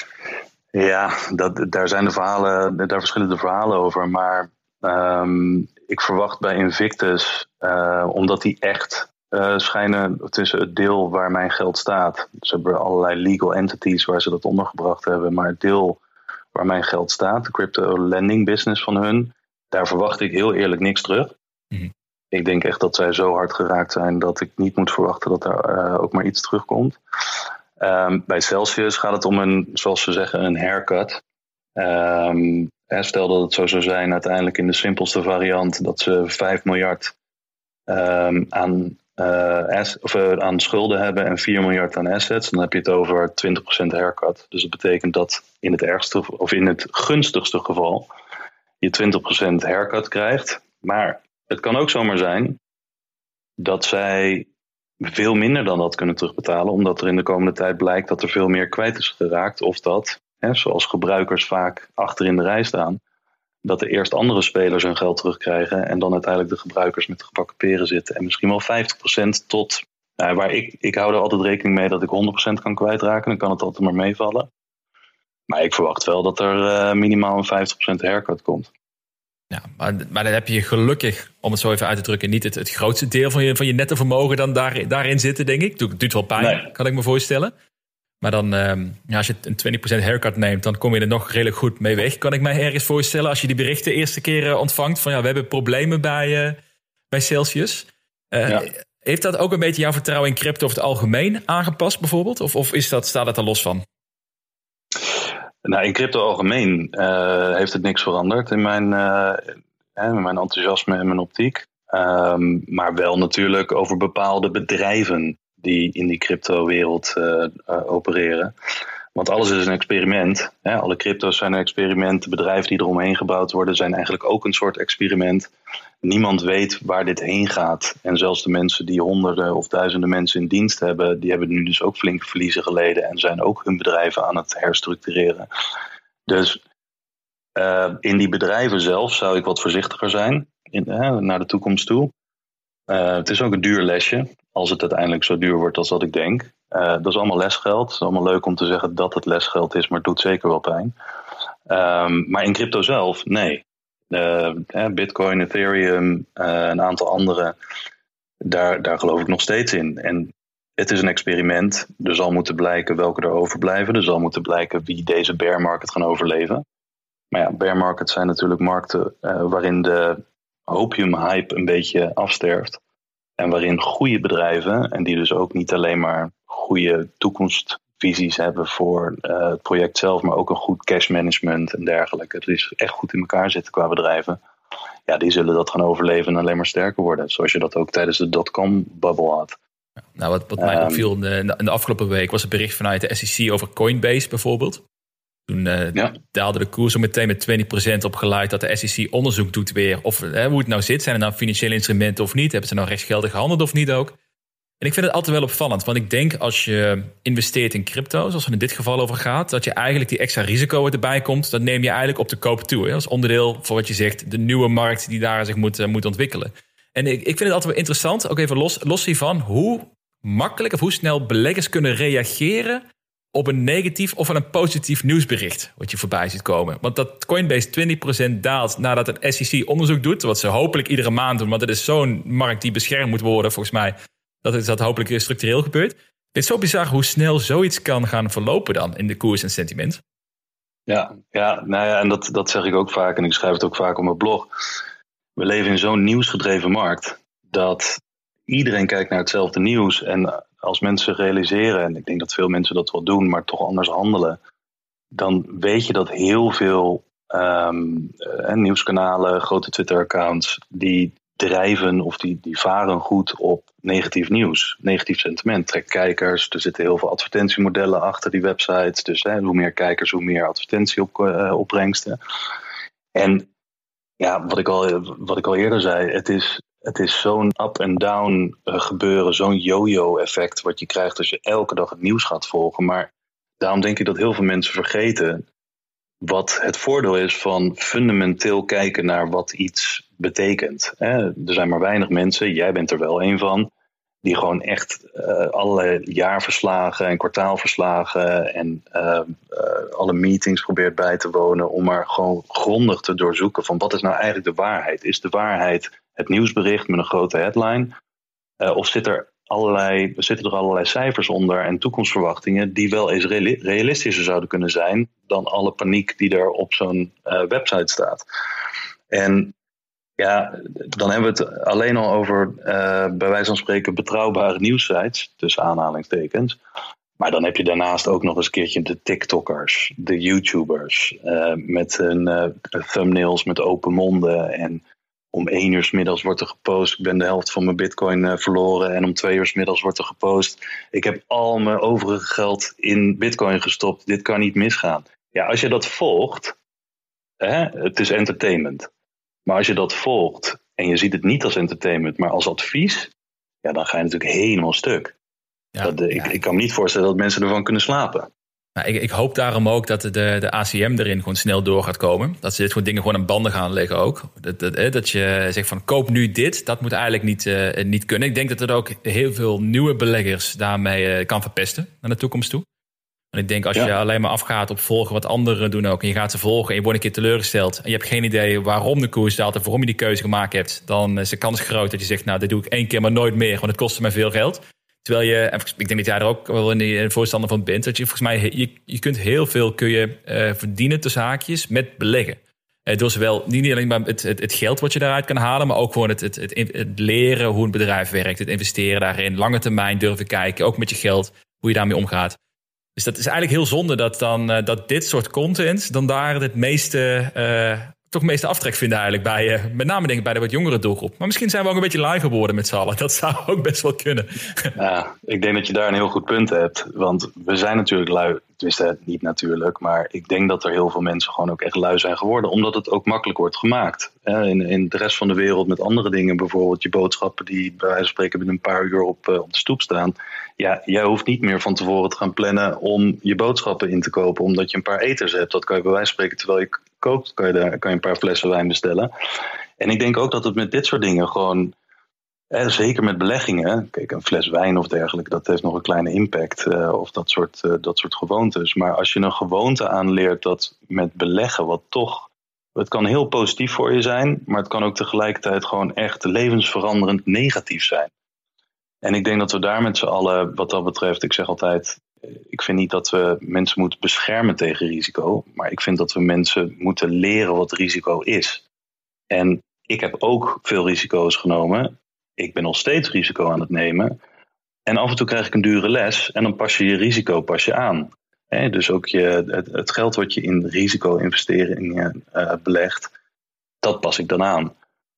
Ja, dat, daar zijn de verhalen, daar verschillen de verhalen over. Maar um, ik verwacht bij Invictus, uh, omdat die echt Uh, schijnen tussen het deel waar mijn geld staat. Ze hebben allerlei legal entities waar ze dat ondergebracht hebben. Maar het deel waar mijn geld staat, de crypto lending business van hun, daar verwacht ik heel eerlijk niks terug. Mm-hmm. Ik denk echt dat zij zo hard geraakt zijn dat ik niet moet verwachten dat er uh, ook maar iets terugkomt. Um, bij Celsius gaat het om een, zoals ze zeggen, een haircut. Um, stel dat het zo zou zijn uiteindelijk in de simpelste variant dat ze vijf miljard um, aan Uh, as, of, uh, aan schulden hebben en vier miljard aan assets, dan heb je het over twintig procent haircut. Dus dat betekent dat in het ergste of in het gunstigste geval je twintig procent haircut krijgt. Maar het kan ook zomaar zijn dat zij veel minder dan dat kunnen terugbetalen, omdat er in de komende tijd blijkt dat er veel meer kwijt is geraakt, of dat, hè, zoals gebruikers vaak achter in de rij staan, dat er eerst andere spelers hun geld terugkrijgen en dan uiteindelijk de gebruikers met de gebakken peren zitten. En misschien wel vijftig procent tot, nou, waar ik, ik hou er altijd rekening mee dat ik honderd procent kan kwijtraken. Dan kan het altijd maar meevallen. Maar ik verwacht wel dat er uh, minimaal een vijftig procent haircut komt. Ja, maar, maar dan heb je gelukkig, om het zo even uit te drukken, niet het, het grootste deel van je, van je nette vermogen dan daar, daarin zitten, denk ik. Het doet wel pijn, nee. Kan ik me voorstellen. Maar dan, um, ja, als je een twintig procent haircut neemt, dan kom je er nog redelijk goed mee weg. Kan ik mij ergens voorstellen als je die berichten de eerste keer uh, ontvangt van ja, we hebben problemen bij, uh, bij Celsius. Uh, ja. Heeft dat ook een beetje jouw vertrouwen in crypto over het algemeen aangepast bijvoorbeeld? Of, of is dat, staat het er los van? Nou, in crypto algemeen uh, heeft het niks veranderd in mijn, uh, in mijn enthousiasme en mijn optiek. Um, maar wel natuurlijk over bepaalde bedrijven die in die crypto-wereld uh, uh, opereren. Want alles is een experiment. Hè? Alle crypto's zijn een experiment. De bedrijven die eromheen gebouwd worden zijn eigenlijk ook een soort experiment. Niemand weet waar dit heen gaat. En zelfs de mensen die honderden of duizenden mensen in dienst hebben, die hebben nu dus ook flinke verliezen geleden en zijn ook hun bedrijven aan het herstructureren. Dus uh, in die bedrijven zelf zou ik wat voorzichtiger zijn in, uh, naar de toekomst toe. Uh, het is ook een duur lesje, als het uiteindelijk zo duur wordt als dat ik denk. Uh, dat is allemaal lesgeld. Het is allemaal leuk om te zeggen dat het lesgeld is, maar het doet zeker wel pijn. Um, maar in crypto zelf, nee. Uh, Bitcoin, Ethereum, uh, een aantal andere, daar, daar geloof ik nog steeds in. En het is een experiment. Er zal moeten blijken welke er overblijven. Er zal moeten blijken wie deze bear market gaan overleven. Maar ja, bear markets zijn natuurlijk markten uh, waarin de opium hype een beetje afsterft. En waarin goede bedrijven, en die dus ook niet alleen maar goede toekomstvisie visies hebben voor uh, het project zelf, maar ook een goed cash management en dergelijke. Het is echt goed in elkaar zitten qua bedrijven. Ja, die zullen dat gaan overleven en alleen maar sterker worden. Zoals je dat ook tijdens de dotcom-bubble had. Nou, wat, wat mij Um, opviel in de, in de afgelopen week was een bericht vanuit de S E C over Coinbase bijvoorbeeld. Toen uh, ja. daalde de koers er meteen met twintig procent op geleid dat de S E C onderzoek doet weer. Of hè, hoe het nou zit. Zijn er nou financiële instrumenten of niet? Hebben ze nou rechtsgeldig gehandeld of niet ook? En ik vind het altijd wel opvallend. Want ik denk als je investeert in crypto, zoals het in dit geval over gaat, dat je eigenlijk die extra risico wat erbij komt, dat neem je eigenlijk op de koop toe. Hè? Als onderdeel voor wat je zegt, de nieuwe markt die daar zich moet, uh, moet ontwikkelen. En ik, ik vind het altijd wel interessant, ook even los, los hiervan, hoe makkelijk of hoe snel beleggers kunnen reageren op een negatief of een positief nieuwsbericht wat je voorbij ziet komen. Want dat Coinbase twintig procent daalt nadat het S E C onderzoek doet, wat ze hopelijk iedere maand doen, want het is zo'n markt die beschermd moet worden volgens mij, dat het dat hopelijk structureel gebeurt. Het is zo bizar hoe snel zoiets kan gaan verlopen dan in de koers en sentiment. Ja, ja, nou ja, en dat, dat zeg ik ook vaak en ik schrijf het ook vaak op mijn blog. We leven in zo'n nieuwsgedreven markt dat iedereen kijkt naar hetzelfde nieuws. En als mensen realiseren, en ik denk dat veel mensen dat wel doen, maar toch anders handelen, dan weet je dat heel veel um, uh, nieuwskanalen, grote Twitter-accounts, die drijven of die, die varen goed op negatief nieuws, negatief sentiment. Trek kijkers, er zitten heel veel advertentiemodellen achter die websites. Dus hè, hoe meer kijkers, hoe meer advertentieopbrengsten. En ja, wat ik al, wat ik al eerder zei, het is, het is zo'n up en down uh, gebeuren, zo'n yo-yo effect wat je krijgt als je elke dag het nieuws gaat volgen. Maar daarom denk ik dat heel veel mensen vergeten wat het voordeel is van fundamenteel kijken naar wat iets betekent. Er zijn maar weinig mensen, jij bent er wel een van, die gewoon echt uh, alle jaarverslagen en kwartaalverslagen en uh, uh, alle meetings probeert bij te wonen om maar gewoon grondig te doorzoeken van wat is nou eigenlijk de waarheid? Is de waarheid het nieuwsbericht met een grote headline? Uh, of zit er allerlei, zitten er allerlei cijfers onder en toekomstverwachtingen die wel eens realistischer zouden kunnen zijn dan alle paniek die er op zo'n uh, website staat? En ja, dan hebben we het alleen al over uh, bij wijze van spreken betrouwbare nieuwssites, tussen aanhalingstekens. Maar dan heb je daarnaast ook nog eens een keertje de TikTokkers, de YouTubers, uh, met hun uh, thumbnails met open monden. En om één uur 's middags wordt er gepost, ik ben de helft van mijn bitcoin uh, verloren. En om twee uur 's middags wordt er gepost, ik heb al mijn overige geld in bitcoin gestopt, dit kan niet misgaan. Ja, als je dat volgt, hè, het is entertainment. Maar als je dat volgt en je ziet het niet als entertainment, maar als advies, ja, dan ga je natuurlijk helemaal stuk. Ja, dat, de, ja. ik, ik kan me niet voorstellen dat mensen ervan kunnen slapen. Nou, ik, ik hoop daarom ook dat de, de A C M erin gewoon snel door gaat komen. Dat ze dit gewoon dingen gewoon aan banden gaan leggen ook. Dat, dat, dat je zegt van koop nu dit, dat moet eigenlijk niet, uh, niet kunnen. Ik denk dat het ook heel veel nieuwe beleggers daarmee uh, kan verpesten naar de toekomst toe. En ik denk als je ja. alleen maar afgaat op volgen wat anderen doen ook, en je gaat ze volgen en je wordt een keer teleurgesteld en je hebt geen idee waarom de koers daalt en waarom je die keuze gemaakt hebt, dan is de kans groot dat je zegt, nou dit doe ik één keer maar nooit meer, want het kostte mij veel geld. Terwijl je, en ik denk dat jij er ook wel in de voorstander van bent, dat je volgens mij, je, je kunt heel veel kun je uh, verdienen tussen haakjes met beleggen. Uh, door zowel niet alleen maar het, het, het geld wat je daaruit kan halen, maar ook gewoon het, het, het, het leren hoe een bedrijf werkt, het investeren daarin, lange termijn durven kijken, ook met je geld, hoe je daarmee omgaat. Dus dat is eigenlijk heel zonde dat, dan, uh, dat dit soort content dan daar het meeste, uh, toch het meeste aftrek vinden eigenlijk bij, uh, met name denk ik bij de wat jongere doelgroep. Maar misschien zijn we ook een beetje live geworden met z'n allen. Dat zou ook best wel kunnen. Ja, ik denk dat je daar een heel goed punt hebt. Want we zijn natuurlijk lui, tenminste niet natuurlijk, maar ik denk dat er heel veel mensen gewoon ook echt lui zijn geworden. Omdat het ook makkelijk wordt gemaakt. In, in de rest van de wereld met andere dingen, bijvoorbeeld je boodschappen die bij wijze van spreken binnen een paar uur op, uh, op de stoep staan. Ja, jij hoeft niet meer van tevoren te gaan plannen om je boodschappen in te kopen, omdat je een paar eters hebt. Dat kan je bij wijze van spreken, terwijl je kookt, kan je, daar, kan je een paar flessen wijn bestellen. En ik denk ook dat het met dit soort dingen gewoon, eh, zeker met beleggingen, kijk, een fles wijn of dergelijke, dat heeft nog een kleine impact, uh, of dat soort, uh, dat soort gewoontes. Maar als je een gewoonte aanleert dat met beleggen, wat toch, het kan heel positief voor je zijn, maar het kan ook tegelijkertijd gewoon echt levensveranderend negatief zijn. En ik denk dat we daar met z'n allen, wat dat betreft, ik zeg altijd, ik vind niet dat we mensen moeten beschermen tegen risico, maar ik vind dat we mensen moeten leren wat risico is. En ik heb ook veel risico's genomen. Ik ben nog steeds risico aan het nemen. En af en toe krijg ik een dure les en dan pas je je risico pas je aan. He, dus ook je, het, het geld wat je in risico-investeringen uh, belegt, dat pas ik dan aan.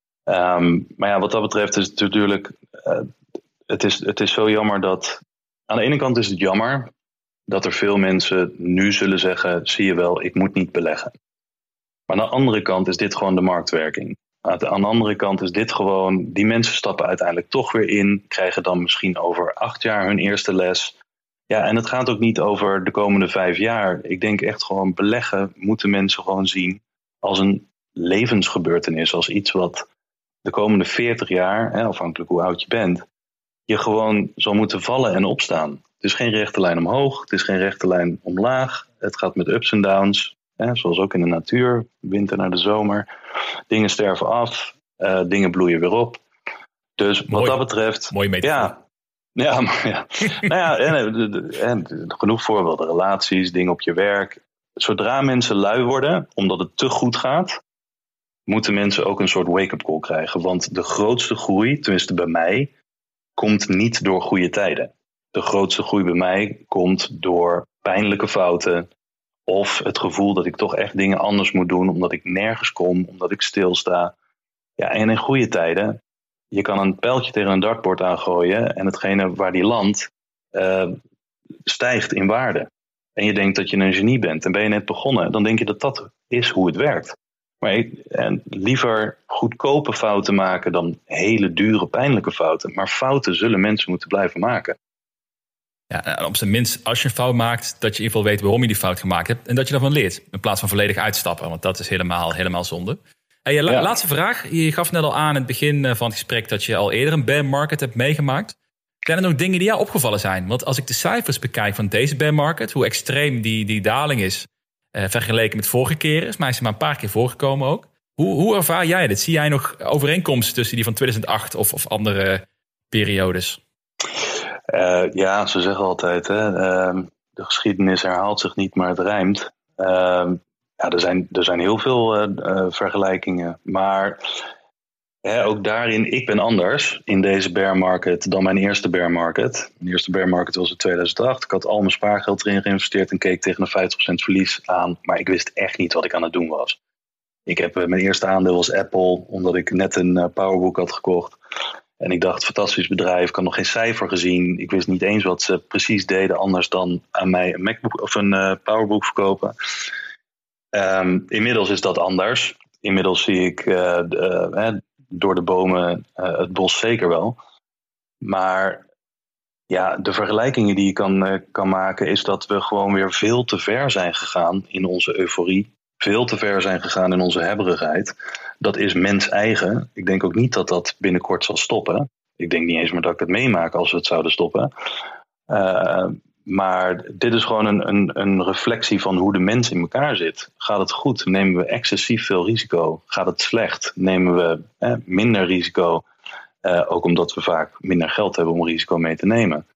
Um, maar ja, wat dat betreft is het natuurlijk, uh, het, is, het is zo jammer dat, aan de ene kant is het jammer dat er veel mensen nu zullen zeggen, zie je wel, ik moet niet beleggen. Maar aan de andere kant is dit gewoon de marktwerking. Aan de andere kant is dit gewoon, die mensen stappen uiteindelijk toch weer in, krijgen dan misschien over acht jaar hun eerste les. Ja, en het gaat ook niet over de komende vijf jaar. Ik denk echt gewoon, beleggen moeten mensen gewoon zien als een levensgebeurtenis. Als iets wat de komende veertig jaar, hè, afhankelijk hoe oud je bent, je gewoon zal moeten vallen en opstaan. Het is geen rechte lijn omhoog, het is geen rechte lijn omlaag. Het gaat met ups en downs, hè, zoals ook in de natuur, winter naar de zomer. Dingen sterven af, uh, dingen bloeien weer op. Dus wat Mooi. dat betreft... Mooi metafoor. Ja, ja, maar ja. nou ja en, en, en, genoeg voorbeelden, relaties, dingen op je werk. Zodra mensen lui worden, omdat het te goed gaat, moeten mensen ook een soort wake-up call krijgen. Want de grootste groei, tenminste bij mij, komt niet door goede tijden. De grootste groei bij mij komt door pijnlijke fouten, of het gevoel dat ik toch echt dingen anders moet doen, omdat ik nergens kom, omdat ik stilsta. Ja, en in goede tijden, je kan een pijltje tegen een dartbord aangooien en hetgene waar die landt, uh, stijgt in waarde. En je denkt dat je een genie bent en ben je net begonnen, dan denk je dat dat is hoe het werkt. Maar ik, en liever goedkope fouten maken dan hele dure pijnlijke fouten. Maar fouten zullen mensen moeten blijven maken. Ja, op zijn minst, als je een fout maakt, dat je in ieder geval weet waarom je die fout gemaakt hebt. En dat je daarvan leert, in plaats van volledig uitstappen. Want dat is helemaal, helemaal zonde. Hey, la- ja. Laatste vraag. Je gaf net al aan in het begin van het gesprek dat je al eerder een bear market hebt meegemaakt. Zijn er nog dingen die jou opgevallen zijn? Want als ik de cijfers bekijk van deze bear market, hoe extreem die, die daling is, uh, vergeleken met vorige keren, is mij is er maar een paar keer voorgekomen ook. Hoe, hoe ervaar jij dit? Zie jij nog overeenkomsten tussen die van tweeduizend acht of, of andere periodes? Uh, ja, ze zeggen altijd, hè, uh, de geschiedenis herhaalt zich niet, maar het rijmt. Uh, ja, er zijn, er zijn heel veel uh, uh, vergelijkingen. Maar hè, ook daarin, ik ben anders in deze bear market dan mijn eerste bear market. Mijn eerste bear market was in tweeduizend acht. Ik had al mijn spaargeld erin geïnvesteerd en keek tegen een vijftig procent verlies aan. Maar ik wist echt niet wat ik aan het doen was. Ik heb, uh, mijn eerste aandeel was Apple, omdat ik net een uh, powerbook had gekocht. En ik dacht, fantastisch bedrijf, ik had nog geen cijfer gezien. Ik wist niet eens wat ze precies deden, anders dan aan mij een MacBook of een uh, powerbook verkopen. Um, inmiddels is dat anders. Inmiddels zie ik uh, de, uh, door de bomen uh, het bos zeker wel. Maar ja, de vergelijkingen die je kan, uh, kan maken is dat we gewoon weer veel te ver zijn gegaan in onze euforie. Veel te ver zijn gegaan in onze hebberigheid. Dat is mens eigen. Ik denk ook niet dat dat binnenkort zal stoppen. Ik denk niet eens meer dat ik het meemaak als we het zouden stoppen. Uh, maar dit is gewoon een, een, een reflectie van hoe de mens in elkaar zit. Gaat het goed? Nemen we excessief veel risico? Gaat het slecht? Nemen we eh, minder risico? Uh, ook omdat we vaak minder geld hebben om risico mee te nemen.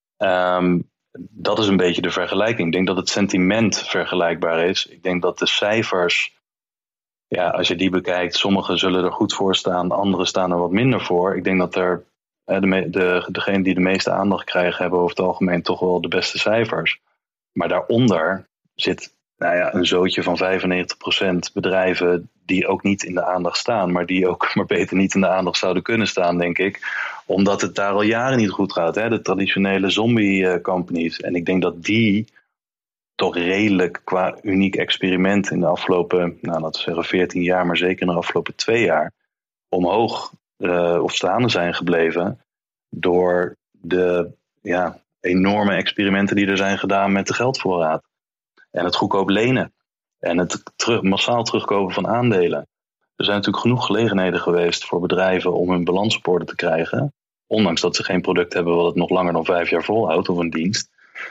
Um, dat is een beetje de vergelijking. Ik denk dat het sentiment vergelijkbaar is. Ik denk dat de cijfers, ja, als je die bekijkt, sommigen zullen er goed voor staan, anderen staan er wat minder voor. Ik denk dat er de, de, degenen die de meeste aandacht krijgen, hebben over het algemeen toch wel de beste cijfers. Maar daaronder zit nou ja, een zootje van vijfennegentig procent bedrijven die ook niet in de aandacht staan, maar die ook maar beter niet in de aandacht zouden kunnen staan, denk ik. Omdat het daar al jaren niet goed gaat. Hè? De traditionele zombie companies. En ik denk dat die toch redelijk qua uniek experiment in de afgelopen, nou, laten we zeggen veertien jaar, maar zeker in de afgelopen twee jaar, omhoog uh, of staande zijn gebleven door de ja, enorme experimenten die er zijn gedaan met de geldvoorraad. En het goedkoop lenen. En het terug, massaal terugkopen van aandelen. Er zijn natuurlijk genoeg gelegenheden geweest voor bedrijven om hun balans op orde te krijgen. Ondanks dat ze geen product hebben wat het nog langer dan vijf jaar volhoudt of een dienst.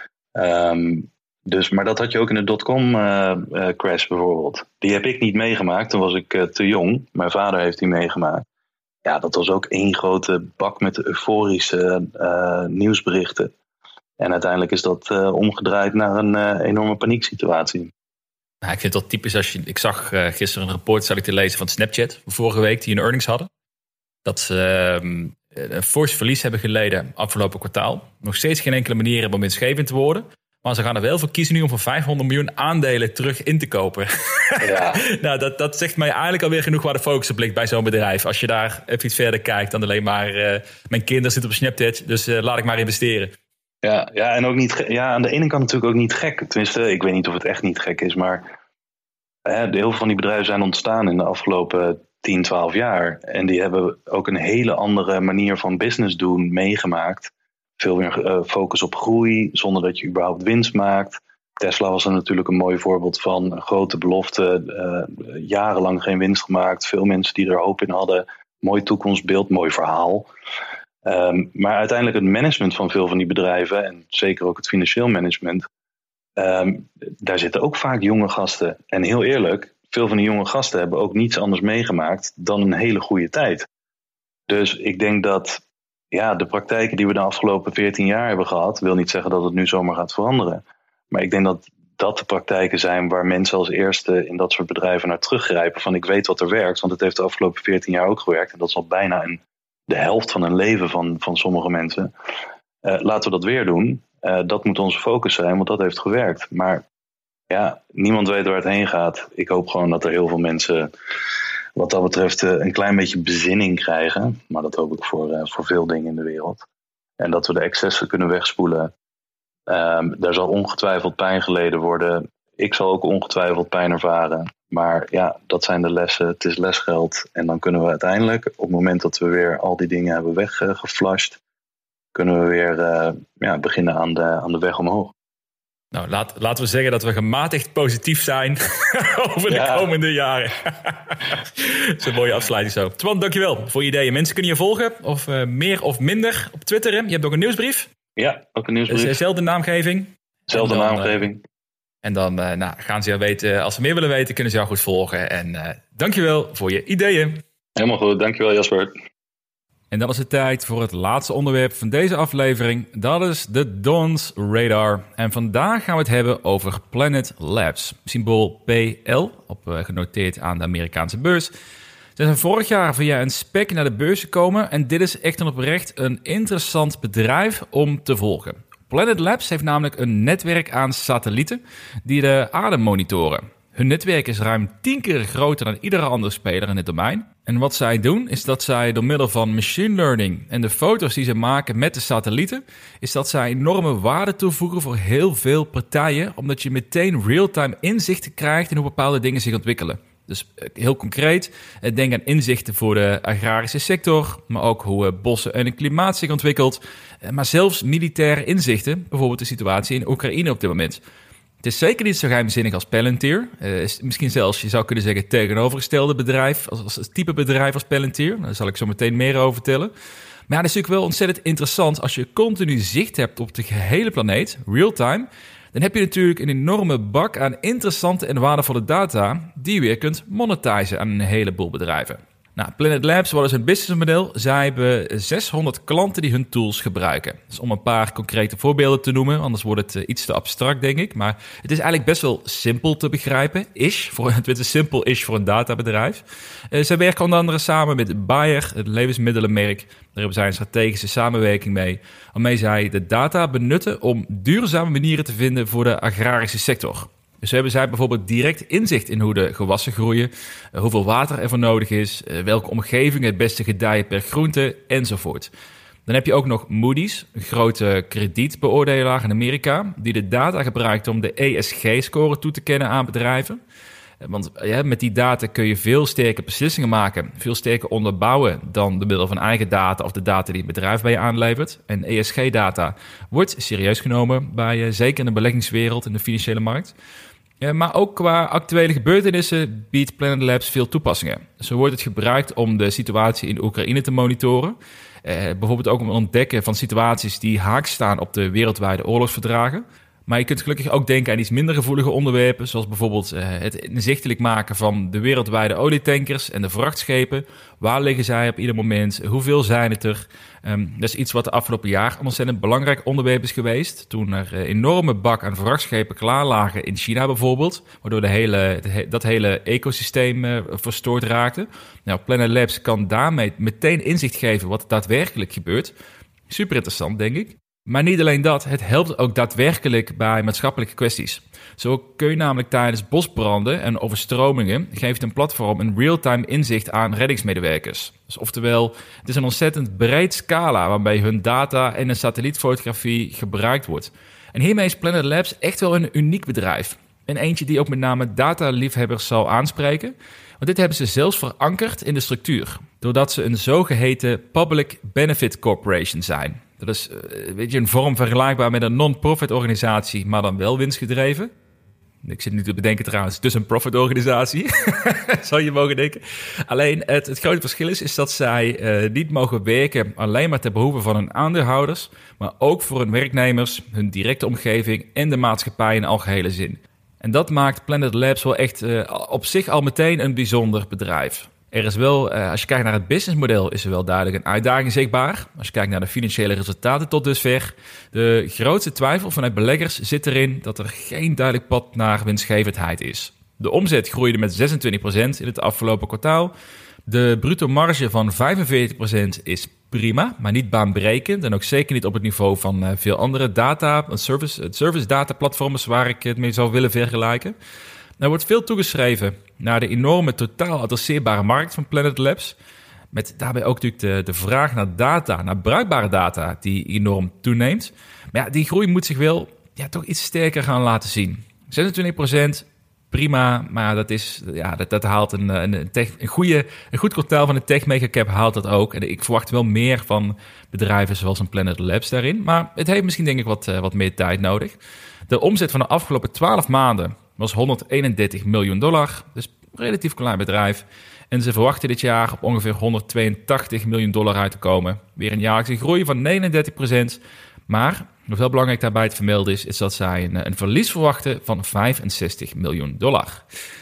Um, dus, maar dat had je ook in de dotcom uh, uh, crash bijvoorbeeld. Die heb ik niet meegemaakt, toen was ik uh, te jong. Mijn vader heeft die meegemaakt. Ja, dat was ook één grote bak met euforische uh, nieuwsberichten. En uiteindelijk is dat uh, omgedraaid naar een uh, enorme panieksituatie. Nou, ik vind het wel typisch als je... Ik zag uh, gisteren een rapport, zat ik te lezen van Snapchat vorige week, die een earnings hadden. Dat ze uh, een fors verlies hebben geleden afgelopen kwartaal. Nog steeds geen enkele manier hebben om winstgevend te worden. Maar ze gaan er wel voor kiezen nu om voor vijfhonderd miljoen aandelen terug in te kopen. Ja. nou, dat, dat zegt mij eigenlijk alweer genoeg waar de focus op ligt bij zo'n bedrijf. Als je daar even iets verder kijkt dan alleen maar... Uh, mijn kinderen zitten op Snapchat, dus uh, laat ik maar investeren. Ja, ja, en ook niet, ja, aan de ene kant natuurlijk ook niet gek. Tenminste, ik weet niet of het echt niet gek is, maar hè, heel veel van die bedrijven zijn ontstaan in de afgelopen tien, twaalf jaar. En die hebben ook een hele andere manier van business doen meegemaakt. Veel meer uh, focus op groei, zonder dat je überhaupt winst maakt. Tesla was er natuurlijk een mooi voorbeeld van. Een grote belofte, uh, jarenlang geen winst gemaakt. Veel mensen die er hoop in hadden. Mooi toekomstbeeld, mooi verhaal. Um, maar uiteindelijk het management van veel van die bedrijven, en zeker ook het financieel management, um, daar zitten ook vaak jonge gasten. En heel eerlijk, veel van die jonge gasten hebben ook niets anders meegemaakt dan een hele goede tijd. Dus ik denk dat ja, de praktijken die we de afgelopen veertien jaar hebben gehad, wil niet zeggen dat het nu zomaar gaat veranderen. Maar ik denk dat dat de praktijken zijn waar mensen als eerste in dat soort bedrijven naar teruggrijpen. Van ik weet wat er werkt, want het heeft de afgelopen veertien jaar ook gewerkt. En dat is al bijna een, de helft van een leven van, van sommige mensen. Uh, laten we dat weer doen. Uh, dat moet onze focus zijn, want dat heeft gewerkt. Maar ja, niemand weet waar het heen gaat. Ik hoop gewoon dat er heel veel mensen wat dat betreft uh, een klein beetje bezinning krijgen. Maar dat hoop ik voor, uh, voor veel dingen in de wereld. En dat we de excessen kunnen wegspoelen. Um, daar zal ongetwijfeld pijn geleden worden. Ik zal ook ongetwijfeld pijn ervaren. Maar ja, dat zijn de lessen. Het is lesgeld. En dan kunnen we uiteindelijk, op het moment dat we weer al die dingen hebben weggeflasht, kunnen we weer uh, ja, beginnen aan de, aan de weg omhoog. Nou, laat, laten we zeggen dat we gematigd positief zijn over de ja. komende jaren. Dat is een mooie afsluiting zo. Twan, dankjewel voor je ideeën. Mensen kunnen je volgen, of uh, meer of minder, op Twitter. Hè? Je hebt ook een nieuwsbrief. Ja, ook een nieuwsbrief. Dus dezelfde naamgeving. Dezelfde en dan, naamgeving. Uh, en dan uh, nou, gaan ze jou weten, als ze meer willen weten, kunnen ze jou goed volgen. En uh, dankjewel voor je ideeën. Helemaal goed, dankjewel Jasper. En dan is het tijd voor het laatste onderwerp van deze aflevering. Dat is de Dawn's Radar. En vandaag gaan we het hebben over Planet Labs. Symbool P L, op, uh, genoteerd aan de Amerikaanse beurs. Ze zijn vorig jaar via een spec naar de beurs gekomen. En dit is echt en oprecht een interessant bedrijf om te volgen. Planet Labs heeft namelijk een netwerk aan satellieten die de aarde monitoren. Hun netwerk is ruim tien keer groter dan iedere andere speler in het domein. En wat zij doen, is dat zij door middel van machine learning en de foto's die ze maken met de satellieten, is dat zij enorme waarde toevoegen voor heel veel partijen, omdat je meteen real-time inzichten krijgt in hoe bepaalde dingen zich ontwikkelen. Dus heel concreet, denk aan inzichten voor de agrarische sector, maar ook hoe bossen en het klimaat zich ontwikkelt. Maar zelfs militaire inzichten, bijvoorbeeld de situatie in Oekraïne op dit moment. Het is zeker niet zo geheimzinnig als Palantir. Uh, is misschien zelfs, je zou kunnen zeggen, tegenovergestelde bedrijf, als, als type bedrijf als Palantir. Daar zal ik zo meteen meer over vertellen. Maar ja, dat is natuurlijk wel ontzettend interessant als je continu zicht hebt op de gehele planeet, real-time. Dan heb je natuurlijk een enorme bak aan interessante en waardevolle data die je weer kunt monetizen aan een heleboel bedrijven. Nou, Planet Labs, wat is hun businessmodel? Zij hebben zeshonderd klanten die hun tools gebruiken. Dus om een paar concrete voorbeelden te noemen, anders wordt het uh, iets te abstract, denk ik. Maar het is eigenlijk best wel simpel te begrijpen. Is, voor, het is simpel is voor een databedrijf. Uh, zij werken onder andere samen met Bayer, het levensmiddelenmerk. Daar hebben zij een strategische samenwerking mee, waarmee zij de data benutten om duurzame manieren te vinden voor de agrarische sector. Dus hebben zij bijvoorbeeld direct inzicht in hoe de gewassen groeien, hoeveel water er voor nodig is, welke omgeving het beste gedijen per groente enzovoort. Dan heb je ook nog Moody's, een grote kredietbeoordelaar in Amerika, die de data gebruikt om de E S G-score toe te kennen aan bedrijven. Want ja, met die data kun je veel sterker beslissingen maken, veel sterker onderbouwen dan de middel van eigen data of de data die het bedrijf bij je aanlevert. En E S G-data wordt serieus genomen bij, zeker in de beleggingswereld en de financiële markt. Ja, maar ook qua actuele gebeurtenissen biedt Planet Labs veel toepassingen. Zo wordt het gebruikt om de situatie in Oekraïne te monitoren. Eh, bijvoorbeeld ook om het ontdekken van situaties die haaks staan op de wereldwijde oorlogsverdragen. Maar je kunt gelukkig ook denken aan iets minder gevoelige onderwerpen, zoals bijvoorbeeld uh, het inzichtelijk maken van de wereldwijde olietankers en de vrachtschepen. Waar liggen zij op ieder moment? Hoeveel zijn het er? Um, dat is iets wat de afgelopen jaar een ontzettend belangrijk onderwerp is geweest. Toen er uh, enorme bak aan vrachtschepen klaar lagen in China bijvoorbeeld, waardoor de hele, de, dat hele ecosysteem uh, verstoord raakte. Nou, Planet Labs kan daarmee meteen inzicht geven wat daadwerkelijk gebeurt. Super interessant, denk ik. Maar niet alleen dat, het helpt ook daadwerkelijk bij maatschappelijke kwesties. Zo kun je namelijk tijdens bosbranden en overstromingen geeft een platform een real-time inzicht aan reddingsmedewerkers. Dus oftewel, het is een ontzettend breed scala waarbij hun data en een satellietfotografie gebruikt wordt. En hiermee is Planet Labs echt wel een uniek bedrijf. En eentje die ook met name dataliefhebbers zal aanspreken. Want dit hebben ze zelfs verankerd in de structuur, doordat ze een zogeheten Public Benefit Corporation zijn. Dat is uh, weet je, een vorm vergelijkbaar met een non-profit organisatie, maar dan wel winstgedreven. Ik zit nu te bedenken trouwens, het is een profit organisatie, zou je mogen denken. Alleen het, het grote verschil is, is dat zij uh, niet mogen werken alleen maar ten behoeve van hun aandeelhouders, maar ook voor hun werknemers, hun directe omgeving en de maatschappij in algehele zin. En dat maakt Planet Labs wel echt uh, op zich al meteen een bijzonder bedrijf. Er is wel, uh, als je kijkt naar het businessmodel, is er wel duidelijk een uitdaging zichtbaar. Als je kijkt naar de financiële resultaten tot dusver. De grootste twijfel vanuit beleggers zit erin dat er geen duidelijk pad naar winstgevendheid is. De omzet groeide met zesentwintig procent in het afgelopen kwartaal. De bruto marge van vijfenveertig procent is prima, maar niet baanbrekend. En ook zeker niet op het niveau van uh, veel andere data, service, service data platforms waar ik het mee zou willen vergelijken. Er wordt veel toegeschreven naar de enorme totaal adresseerbare markt van Planet Labs. Met daarbij ook natuurlijk de, de vraag naar data, naar bruikbare data, die enorm toeneemt. Maar ja, die groei moet zich wel ja, toch iets sterker gaan laten zien. zesentwintig procent, prima, maar dat, is, ja, dat, dat haalt een, een, tech, een, goede, een goed kwartaal van de tech megacap haalt dat ook. En ik verwacht wel meer van bedrijven zoals een Planet Labs daarin. Maar het heeft misschien denk ik wat, wat meer tijd nodig. De omzet van de afgelopen twaalf maanden was honderdeenendertig miljoen dollar, dus een relatief klein bedrijf. En ze verwachten dit jaar op ongeveer honderdtweeëntachtig miljoen dollar uit te komen. Weer een jaarlijkse groei van negenendertig procent. Maar, wat wel belangrijk daarbij te vermelden is, is dat zij een, een verlies verwachten van vijfenzestig miljoen dollar.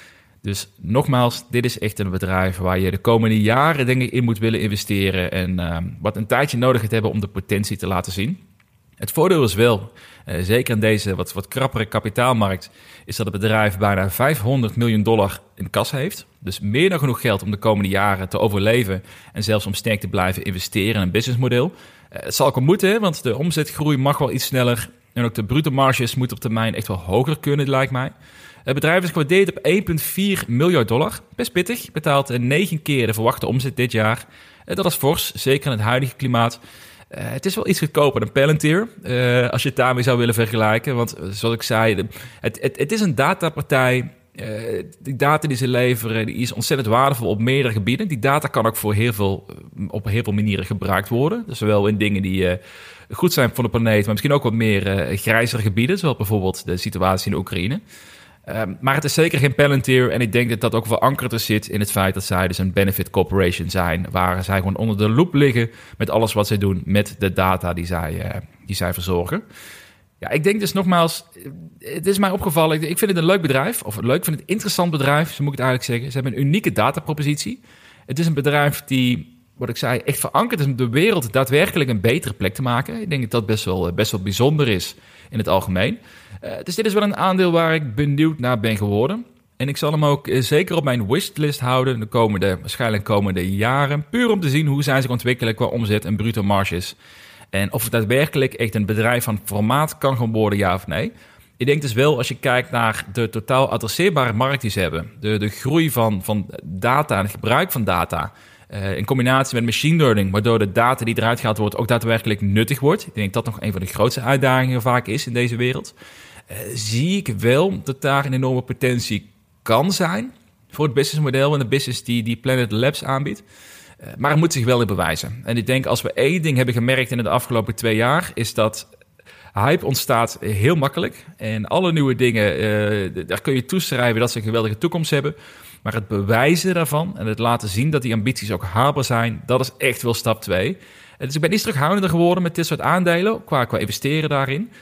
Dus nogmaals, dit is echt een bedrijf waar je de komende jaren denk ik in moet willen investeren. En uh, wat een tijdje nodig gaat hebben om de potentie te laten zien. Het voordeel is wel, uh, zeker in deze wat, wat krappere kapitaalmarkt, is dat het bedrijf bijna vijfhonderd miljoen dollar in kas heeft. Dus meer dan genoeg geld om de komende jaren te overleven en zelfs om sterk te blijven investeren in een businessmodel. Uh, het zal ook wel moeten, want de omzetgroei mag wel iets sneller en ook de bruto marges moeten op termijn echt wel hoger kunnen, lijkt mij. Het bedrijf is gewaardeerd op één komma vier miljard dollar. Best pittig, betaalt negen keer de verwachte omzet dit jaar. Uh, dat is fors, zeker in het huidige klimaat. Uh, het is wel iets goedkoper dan Palantir, uh, als je het daarmee zou willen vergelijken. Want uh, zoals ik zei, de, het, het, het is een datapartij. Uh, die data die ze leveren, die is ontzettend waardevol op meerdere gebieden. Die data kan ook voor heel veel, uh, op heel veel manieren gebruikt worden. Dus zowel in dingen die uh, goed zijn voor de planeet, maar misschien ook wat meer uh, grijzere gebieden. Zoals bijvoorbeeld de situatie in de Oekraïne. Uh, maar het is zeker geen Palantir en ik denk dat dat ook verankerd zit in het feit dat zij dus een benefit corporation zijn, waar zij gewoon onder de loep liggen met alles wat zij doen met de data die zij, uh, die zij verzorgen. Ja, ik denk dus nogmaals, het is mij opgevallen, ik vind het een leuk bedrijf, of leuk, ik vind het een interessant bedrijf, zo moet ik het eigenlijk zeggen. Ze hebben een unieke datapropositie. Het is een bedrijf die, wat ik zei, echt verankerd is om de wereld daadwerkelijk een betere plek te maken. Ik denk dat dat best wel, best wel bijzonder is in het algemeen. Uh, dus dit is wel een aandeel waar ik benieuwd naar ben geworden. En ik zal hem ook uh, zeker op mijn wishlist houden de komende, waarschijnlijk komende jaren. Puur om te zien hoe zij zich ontwikkelen qua omzet en bruto marges. En of het daadwerkelijk echt een bedrijf van formaat kan gaan worden, ja of nee. Ik denk dus wel, als je kijkt naar de totaal adresseerbare markt die ze hebben. De, de groei van, van data en het gebruik van data. Uh, in combinatie met machine learning, waardoor de data die eruit gehaald wordt ook daadwerkelijk nuttig wordt. Ik denk dat dat nog een van de grootste uitdagingen vaak is in deze wereld. Uh, zie ik wel dat daar een enorme potentie kan zijn voor het businessmodel en de business die, die Planet Labs aanbiedt. Uh, maar het moet zich wel in bewijzen. En ik denk als we één ding hebben gemerkt in de afgelopen twee jaar, is dat hype ontstaat heel makkelijk. En alle nieuwe dingen, uh, daar kun je toeschrijven dat ze een geweldige toekomst hebben. Maar het bewijzen daarvan en het laten zien dat die ambities ook haalbaar zijn, dat is echt wel stap twee. Dus ik ben iets terughoudender geworden met dit soort aandelen, qua, qua investeren daarin.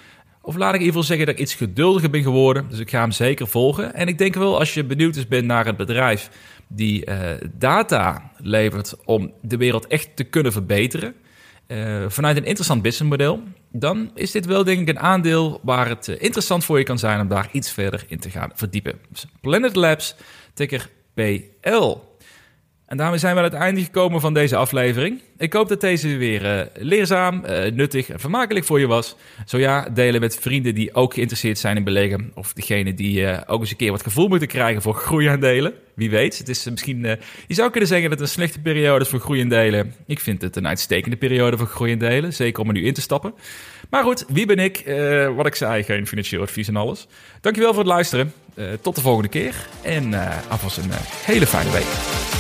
Of laat ik in ieder geval zeggen dat ik iets geduldiger ben geworden. Dus ik ga hem zeker volgen. En ik denk wel, als je benieuwd bent naar het bedrijf die uh, data levert om de wereld echt te kunnen verbeteren, Uh, vanuit een interessant businessmodel, dan is dit wel denk ik een aandeel waar het uh, interessant voor je kan zijn om daar iets verder in te gaan verdiepen. Dus Planet Labs, ticker P L. En daarmee zijn we aan het einde gekomen van deze aflevering. Ik hoop dat deze weer uh, leerzaam, uh, nuttig en vermakelijk voor je was. Zo ja, delen met vrienden die ook geïnteresseerd zijn in beleggen. Of degene die uh, ook eens een keer wat gevoel moeten krijgen voor groeiaandelen. Wie weet, het is uh, misschien... Uh, je zou kunnen zeggen dat het een slechte periode is voor groeiaandelen. Ik vind het een uitstekende periode voor groeiaandelen. Zeker om er nu in te stappen. Maar goed, wie ben ik? Uh, wat ik zei, geen financieel advies en alles. Dankjewel voor het luisteren. Uh, tot de volgende keer. En uh, alvast een uh, hele fijne week.